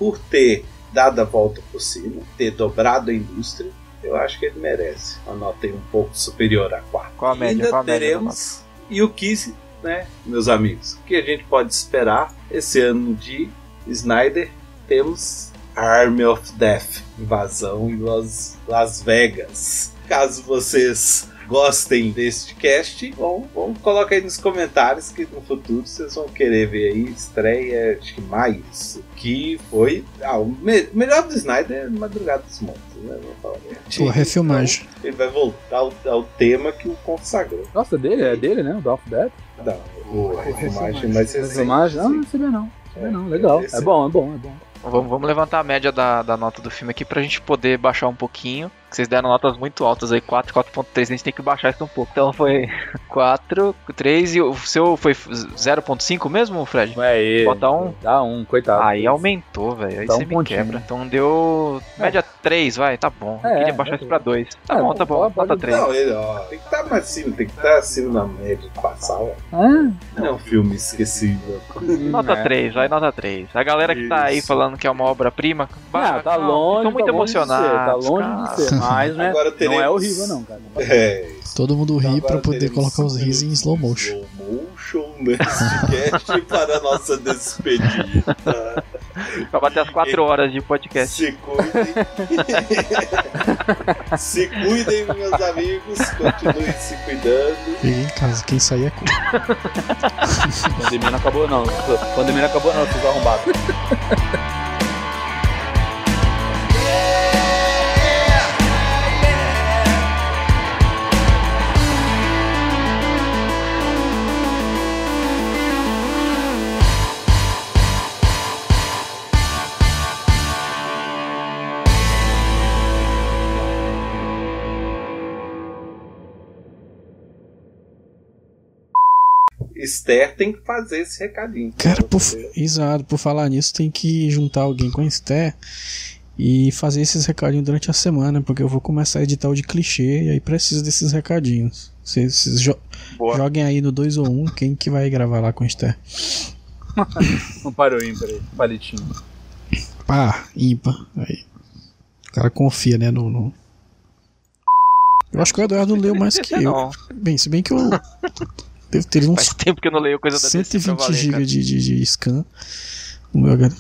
Speaker 2: por ter dado a volta por cima, ter dobrado a indústria, eu acho que ele merece uma nota aí um pouco superior a quatro.
Speaker 5: Qual a média?
Speaker 2: Ainda
Speaker 5: Qual a média da
Speaker 2: teremos, e o que, né, meus amigos, o que a gente pode esperar esse ano de Snyder? Temos Army of Death, invasão em Las, Las Vegas. Caso vocês gostem deste cast, bom, bom, coloca aí nos comentários que no futuro vocês vão querer ver aí estreia, acho que mais, que foi ah, o me- melhor do Snyder é Madrugada dos Mortos, né? Vou falar
Speaker 4: Pô, refilmagem.
Speaker 2: Então, ele vai voltar ao, ao tema que o consagrou.
Speaker 3: Nossa, dele, é dele, né? O Dawn of Death.
Speaker 2: Não, o a refilmagem mais recente.
Speaker 3: Refilmagem? Ah, não sabia não. Sabia não, legal. É bom, é bom, é bom.
Speaker 5: Vamos, vamos levantar a média da, da nota do filme aqui pra gente poder baixar um pouquinho. Vocês deram notas muito altas aí, quatro, quatro ponto três, a gente tem que baixar isso um pouco. Então foi quatro, três e o seu foi zero ponto cinco mesmo, Fred?
Speaker 3: É aí.
Speaker 5: Bota um.
Speaker 3: Dá um, coitado.
Speaker 5: Aí aumentou, velho. Aí
Speaker 3: Dá
Speaker 5: você
Speaker 3: um
Speaker 5: me
Speaker 3: pontinho.
Speaker 5: quebra. Então deu média três, vai, tá bom. Eu
Speaker 3: É,
Speaker 5: queria baixar
Speaker 3: é,
Speaker 5: isso pra dois. Tá
Speaker 3: é,
Speaker 5: bom, tá bom.
Speaker 3: pode-
Speaker 5: Nota
Speaker 3: pode-
Speaker 5: três.
Speaker 2: Não, ele, ó, tem que estar mais acima, tem que estar acima da média de passar, ó.
Speaker 3: Ah,
Speaker 2: Não é um filme esquecível.
Speaker 5: Nota
Speaker 3: é.
Speaker 5: três, vai, nota três. A galera que tá aí
Speaker 2: Isso.
Speaker 5: falando que é uma obra-prima,
Speaker 3: Ah, tá
Speaker 5: não,
Speaker 3: longe,
Speaker 5: Tô muito
Speaker 3: tá longe de ser,
Speaker 5: emocionados.
Speaker 3: tá longe
Speaker 5: cara.
Speaker 3: de ser, mas né,
Speaker 2: Agora
Speaker 3: não
Speaker 2: teremos-
Speaker 3: é horrível não, cara.
Speaker 2: É, isso.
Speaker 4: Todo mundo ri
Speaker 2: Agora
Speaker 4: pra poder
Speaker 2: teremos
Speaker 4: colocar os
Speaker 2: cinco
Speaker 4: risos em
Speaker 2: minutos
Speaker 4: slow
Speaker 2: de
Speaker 4: motion.
Speaker 2: Slow motion nesse cast para a nossa despedida.
Speaker 5: Pra bater as quatro horas de podcast.
Speaker 2: Se cuidem. Se cuidem, meus amigos. Continuem se cuidando.
Speaker 4: Fiquem em casa, quem sair é culpa.
Speaker 3: A pandemia não acabou não. A pandemia não acabou não, vocês arrombados.
Speaker 2: Esther tem que fazer esse recadinho.
Speaker 4: Cara, por, exato, por falar nisso, tem que juntar alguém com a Esther e fazer esses recadinhos durante a semana, porque eu vou começar a editar o de clichê e aí preciso desses recadinhos. Vocês, vocês jo-
Speaker 5: Boa.
Speaker 4: joguem aí no dois ou um, quem que vai gravar lá com a Esther?
Speaker 3: Não parou ímpar aí, palitinho.
Speaker 4: Pá, ímpar. Aí. O cara confia, né, no... no... Eu acho que o Eduardo leu mais que eu.
Speaker 5: Não.
Speaker 4: Bem, se bem que eu... Devo ter uns
Speaker 5: Faz tempo que eu não leio coisa da D C pra
Speaker 4: cento e vinte
Speaker 5: valer,
Speaker 4: GB
Speaker 5: cara.
Speaker 4: de, de, de scan. O meu H D.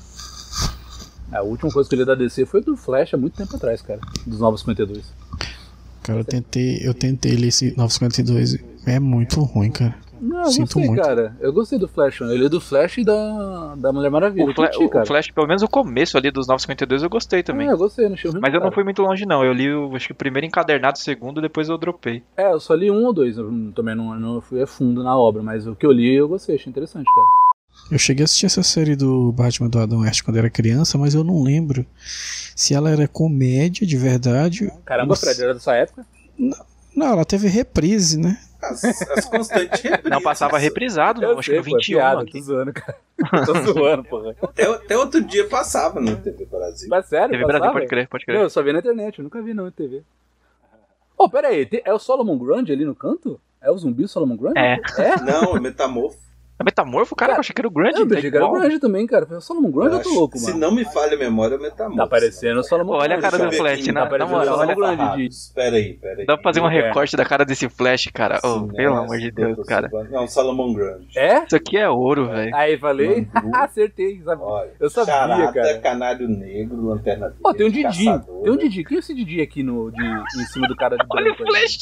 Speaker 3: A última coisa que eu li da D C foi do Flash há muito tempo atrás, cara. Dos Novos cinquenta e dois.
Speaker 4: Cara, eu tentei, eu tentei ler esse novecentos e cinquenta e dois. É muito ruim, cara.
Speaker 3: Não, eu
Speaker 4: Sinto
Speaker 3: gostei,
Speaker 4: muito.
Speaker 3: cara. Eu gostei do Flash, mano. Eu li do Flash e da, da Mulher Maravilha.
Speaker 5: O, Fla-
Speaker 3: curti,
Speaker 5: o
Speaker 3: cara.
Speaker 5: Flash, pelo menos o começo ali dos novecentos e cinquenta e dois eu gostei também.
Speaker 3: É, eu gostei, não achei ruim,
Speaker 5: Mas eu não
Speaker 3: cara.
Speaker 5: fui muito longe não, eu li o, acho que o primeiro encadernado, o segundo, depois eu dropei.
Speaker 3: É, eu só li um ou dois. Eu não- também não, não fui a fundo na obra, mas o que eu li eu gostei, achei interessante, cara.
Speaker 4: Eu cheguei a assistir essa série do Batman do Adam West quando era criança, mas eu não lembro se ela era comédia de verdade.
Speaker 3: Caramba,
Speaker 4: ou se-
Speaker 3: Fred, era dessa época?
Speaker 4: Não, ela teve reprise, né?
Speaker 2: As, as constantes reprises.
Speaker 5: Não, passava reprisado, não, acho que no
Speaker 3: pô, é
Speaker 5: vinte e um
Speaker 3: piada,
Speaker 5: aqui.
Speaker 3: tô zoando, cara. Tô zoando, porra.
Speaker 2: Até, até outro dia passava na T V Brasil.
Speaker 3: Mas sério,
Speaker 5: Teve
Speaker 3: passava?
Speaker 5: Brasil, pode crer, pode
Speaker 3: Não,
Speaker 5: crer.
Speaker 3: eu só vi na internet, eu nunca vi não em T V. Ô, pera aí, tem- é o Solomon Grundy ali no canto? É o zumbi Solomon Grundy?
Speaker 5: É.
Speaker 3: É?
Speaker 2: Não, é Metamorfo.
Speaker 5: É Metamorfo, cara,
Speaker 3: Cara,
Speaker 5: eu achei que era o Grande.
Speaker 3: Eu pensei que era o Grundy também, cara. Foi o Solomon Grundy, eu,
Speaker 2: Eu
Speaker 3: tô
Speaker 2: acho-
Speaker 3: louco,
Speaker 2: Se
Speaker 3: mano.
Speaker 2: não me falha a memória, é o Metamorfo.
Speaker 3: Tá parecendo o Solomon
Speaker 5: Olha a
Speaker 3: Grundy,
Speaker 5: cara
Speaker 2: Deixa eu
Speaker 5: do
Speaker 2: ver
Speaker 5: Flash,
Speaker 2: aqui,
Speaker 5: na,
Speaker 3: tá
Speaker 5: na
Speaker 3: parecendo
Speaker 5: moral.
Speaker 3: o Solomon
Speaker 5: Olha,
Speaker 3: Grundy de...
Speaker 2: Espera aí, espera aí.
Speaker 5: dá pra fazer um
Speaker 3: É.
Speaker 5: recorte da cara desse Flash, cara. Oh,
Speaker 2: Sim,
Speaker 5: pelo
Speaker 2: né?
Speaker 5: amor de Deus,
Speaker 2: Doutor
Speaker 5: cara.
Speaker 2: Silvano. Não, Salomon Grundy.
Speaker 3: É?
Speaker 5: Isso aqui é ouro, velho.
Speaker 3: Aí, falei?
Speaker 2: Mandou.
Speaker 3: Acertei, sabe?
Speaker 2: Olha,
Speaker 3: Eu sabia,
Speaker 2: Charada,
Speaker 3: cara.
Speaker 2: Canário Negro, Lanterna Verde,
Speaker 3: Ó, tem um Didi.
Speaker 2: Caçador.
Speaker 3: Tem um Didi. Quem é esse Didi aqui no, de, em cima do cara de branco?
Speaker 5: Olha o
Speaker 3: aí?
Speaker 5: Flash.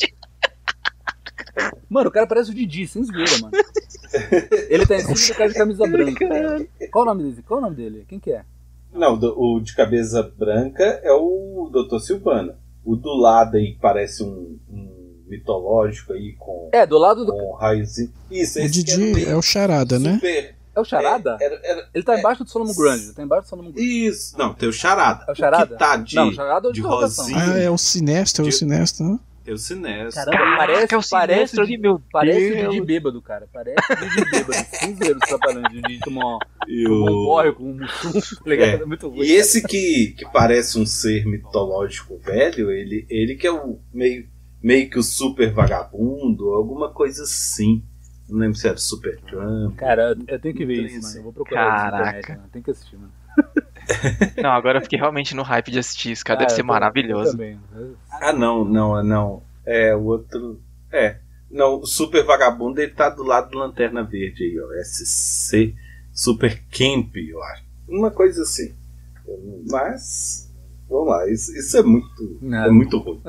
Speaker 3: Mano, o cara parece o Didi, sem zoeira, mano. Ele tá em cima do cara de camisa branca. Qual o nome dele? Qual o nome dele? Quem que é?
Speaker 2: Não, do- o de cabeça branca é o doutor Silvana. O do lado aí parece um, um mitológico aí com,
Speaker 3: É, do lado do...
Speaker 2: com raiozinho. Isso,
Speaker 4: O
Speaker 2: esse que era
Speaker 4: Didi
Speaker 2: meio
Speaker 4: é o Charada, né?
Speaker 2: super-
Speaker 3: É o Charada?
Speaker 2: É, era- era-
Speaker 3: Ele tá embaixo do Solomon Grundy. Ele tá embaixo do Solomon Grundy.
Speaker 2: Isso. Não, tem o Charada.
Speaker 3: É o Charada?
Speaker 2: O que tá de,
Speaker 3: Não, o Charada é o de
Speaker 2: de
Speaker 3: interrogação.
Speaker 2: rosinha.
Speaker 4: Ah, é o Sinestro, é o
Speaker 2: De-
Speaker 4: Sinestro, né?
Speaker 2: Tem o Sinestro.
Speaker 3: Caramba, parece,
Speaker 5: que é o
Speaker 3: parece,
Speaker 5: Sinestro
Speaker 3: de,
Speaker 5: ali, meu
Speaker 3: parece o
Speaker 5: Deus.
Speaker 3: Didi bêbado, cara. Parece o Didi bêbado. Sem zoeira, você tá falando. O Didi tomou um,
Speaker 2: E,
Speaker 3: tomou um
Speaker 2: o...
Speaker 3: porre com um mussum, tá ligado?
Speaker 2: É.
Speaker 3: É muito ruim.
Speaker 2: e esse que, que parece um ser mitológico velho, ele, ele que é o meio, meio que o super vagabundo, alguma coisa assim. Não lembro se era o Super Trump.
Speaker 3: Cara, eu, eu tenho que ver isso,
Speaker 2: Três.
Speaker 3: mano. Eu vou procurar isso na
Speaker 5: Caraca.
Speaker 3: internet, mano. Tem que assistir, mano.
Speaker 5: Não, agora eu fiquei realmente no hype de assistir isso, cara.
Speaker 3: Ah,
Speaker 5: Deve ser
Speaker 3: eu tô-
Speaker 5: maravilhoso.
Speaker 3: eu também.
Speaker 2: Ah, não, não, não. É, o outro... É. Não, o Super Vagabundo, ele tá do lado do Lanterna Verde aí, ó. S C Super Camp, eu acho. Uma coisa assim. Mas... Vamos lá, isso, isso é muito...
Speaker 3: Não.
Speaker 2: É muito ruim.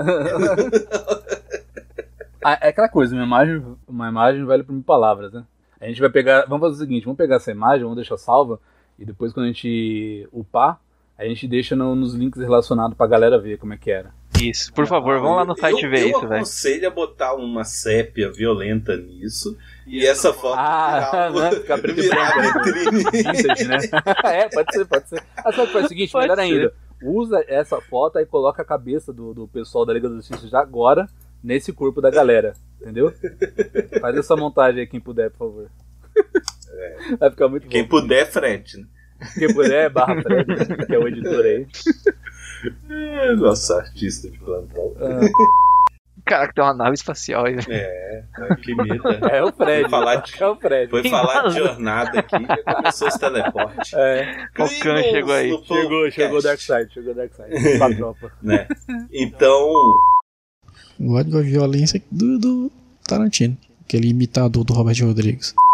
Speaker 3: Ah, é aquela coisa, uma imagem, uma imagem vale por mil palavras, né? A gente vai pegar, vamos fazer o seguinte, vamos pegar essa imagem, vamos deixar salva, e depois quando a gente upar, a gente deixa no- nos links relacionados pra galera ver como é que era.
Speaker 5: Isso, por favor, vamos lá no site
Speaker 2: eu,
Speaker 5: ver
Speaker 2: eu
Speaker 5: isso, velho.
Speaker 2: aconselho a botar uma sépia violenta nisso e essa foto
Speaker 3: Ah,
Speaker 2: virar,
Speaker 3: né? Ficar preto e
Speaker 2: virar
Speaker 3: branco, né?
Speaker 2: vitrine.
Speaker 3: Vintage, né? É, pode ser, pode ser. Ah, sabe o que faz o seguinte,
Speaker 5: Pode
Speaker 3: melhor
Speaker 5: ser.
Speaker 3: ainda, usa essa foto e coloca a cabeça do, do pessoal da Liga da Justiça já agora nesse corpo da galera, entendeu? Faz essa montagem aí, quem puder, por favor. Vai ficar muito
Speaker 2: Quem
Speaker 3: bom.
Speaker 2: puder, frete, né?
Speaker 3: Quem puder, barra Fred, que é o editor aí.
Speaker 2: É, nossa, artista de plantão.
Speaker 5: Caraca, tem uma nave espacial aí, velho.
Speaker 2: É, que medo.
Speaker 3: É o Fred,
Speaker 2: Foi falar de-
Speaker 3: é o Fred.
Speaker 2: Foi
Speaker 5: Tem
Speaker 2: falar
Speaker 5: razão.
Speaker 2: de jornada aqui, já começou os teleportes.
Speaker 3: É,
Speaker 5: O Khan chegou aí.
Speaker 2: No
Speaker 3: chegou,
Speaker 2: podcast,
Speaker 3: chegou o Darkseid, chegou o Darkseid. Com a tropa.
Speaker 2: né? Então,
Speaker 4: O ódio da violência do, do Tarantino. Aquele imitador do Robert Rodrigues.